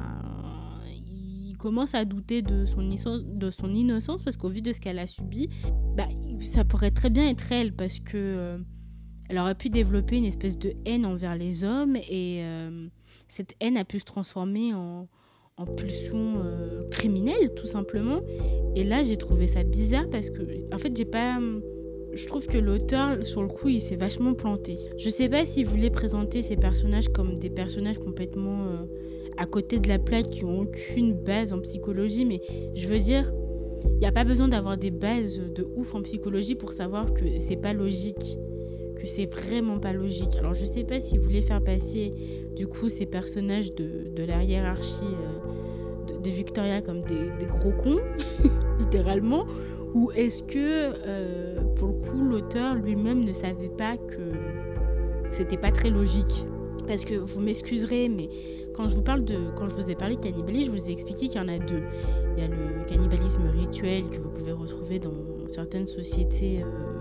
commence à douter de son, de son innocence parce qu'au vu de ce qu'elle a subi, bah, ça pourrait très bien être elle parce que euh, elle aurait pu développer une espèce de haine envers les hommes et euh, cette haine a pu se transformer en, en pulsion euh, criminelle tout simplement. Et là j'ai trouvé ça bizarre parce que en fait j'ai pas... Je trouve que l'auteur, sur le coup, il s'est vachement planté. Je sais pas s'il voulait présenter ces personnages comme des personnages complètement euh, à côté de la plaque qui n'ont aucune base en psychologie, mais je veux dire, il n'y a pas besoin d'avoir des bases de ouf en psychologie pour savoir que c'est pas logique, que c'est vraiment pas logique. Alors je sais pas s'il voulait faire passer du coup ces personnages de, de la hiérarchie euh, de, de Victoria comme des, des gros cons, littéralement, ou est-ce que euh, pour le coup l'auteur lui-même ne savait pas que c'était pas très logique. Parce que vous m'excuserez, mais quand je vous parle de, quand je vous ai parlé de cannibalisme, je vous ai expliqué qu'il y en a deux. Il y a le cannibalisme rituel que vous pouvez retrouver dans certaines sociétés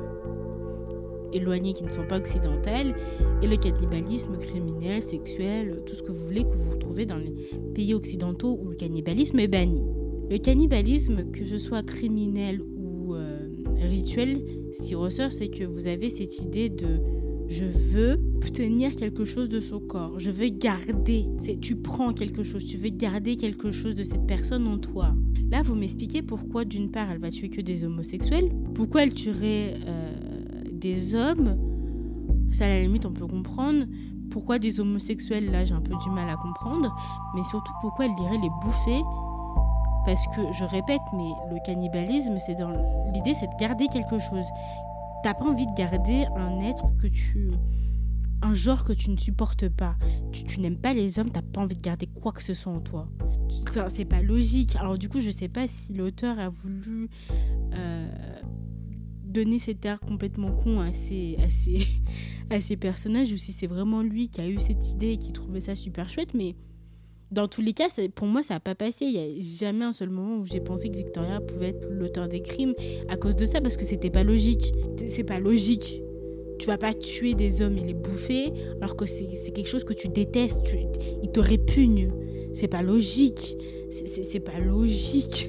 euh, éloignées qui ne sont pas occidentales, et le cannibalisme criminel, sexuel, tout ce que vous voulez que vous retrouvez dans les pays occidentaux où le cannibalisme est banni. Le cannibalisme, que ce soit criminel ou euh, rituel, ce qui ressort, c'est que vous avez cette idée de je veux obtenir quelque chose de son corps. Je veux garder. C'est, tu prends quelque chose. Tu veux garder quelque chose de cette personne en toi. Là, vous m'expliquez pourquoi, d'une part, elle va tuer que des homosexuels. Pourquoi elle tuerait euh, des hommes. Ça, à la limite, on peut comprendre. Pourquoi des homosexuels, là, j'ai un peu du mal à comprendre. Mais surtout, pourquoi elle irait les bouffer. Parce que, je répète, mais le cannibalisme, c'est dans l'idée, c'est de garder quelque chose. T'as pas envie de garder un être que tu... un genre que tu ne supportes pas. Tu, tu n'aimes pas les hommes, t'as pas envie de garder quoi que ce soit en toi. Ça, c'est pas logique. Alors du coup, je sais pas si l'auteur a voulu euh, donner cet air complètement con à ces, à, ces, à ces personnages ou si c'est vraiment lui qui a eu cette idée et qui trouvait ça super chouette, mais... Dans tous les cas, pour moi, ça n'a pas passé. Il n'y a jamais un seul moment où j'ai pensé que Victoria pouvait être l'auteur des crimes à cause de ça, parce que c'était pas logique. C'est pas logique. Tu vas pas tuer des hommes et les bouffer, alors que c'est, c'est quelque chose que tu détestes. Tu, ils te répugnent. C'est pas logique. C'est, c'est, c'est pas logique.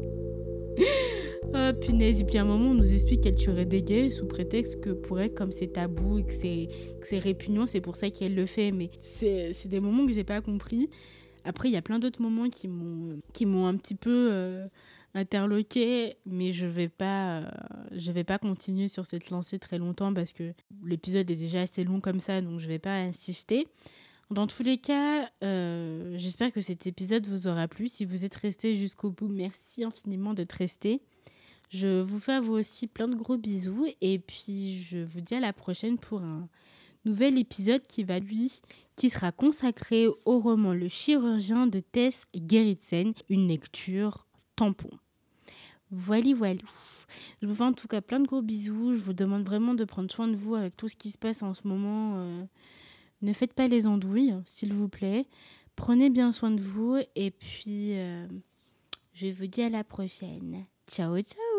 Oh punaise. Et puis à un moment, on nous explique qu'elle tuerait des gays sous prétexte que pour elle, comme c'est tabou et que c'est, que c'est répugnant, c'est pour ça qu'elle le fait. Mais c'est, c'est des moments que j'ai pas compris. Après, il y a plein d'autres moments qui m'ont, qui m'ont un petit peu euh, interloquée, mais je vais pas, euh, je vais pas continuer sur cette lancée très longtemps parce que l'épisode est déjà assez long comme ça, donc je vais pas insister. Dans tous les cas, euh, j'espère que cet épisode vous aura plu. Si vous êtes resté jusqu'au bout, merci infiniment d'être resté. Je vous fais à vous aussi plein de gros bisous et puis je vous dis à la prochaine pour un nouvel épisode qui va lui... qui sera consacré au roman Le chirurgien de Tess Gerritsen, une lecture tampon. Voilà, voilà. Je vous fais en tout cas plein de gros bisous. Je vous demande vraiment de prendre soin de vous avec tout ce qui se passe en ce moment. Euh, ne faites pas les andouilles, s'il vous plaît. Prenez bien soin de vous et puis euh, je vous dis à la prochaine. Ciao, ciao.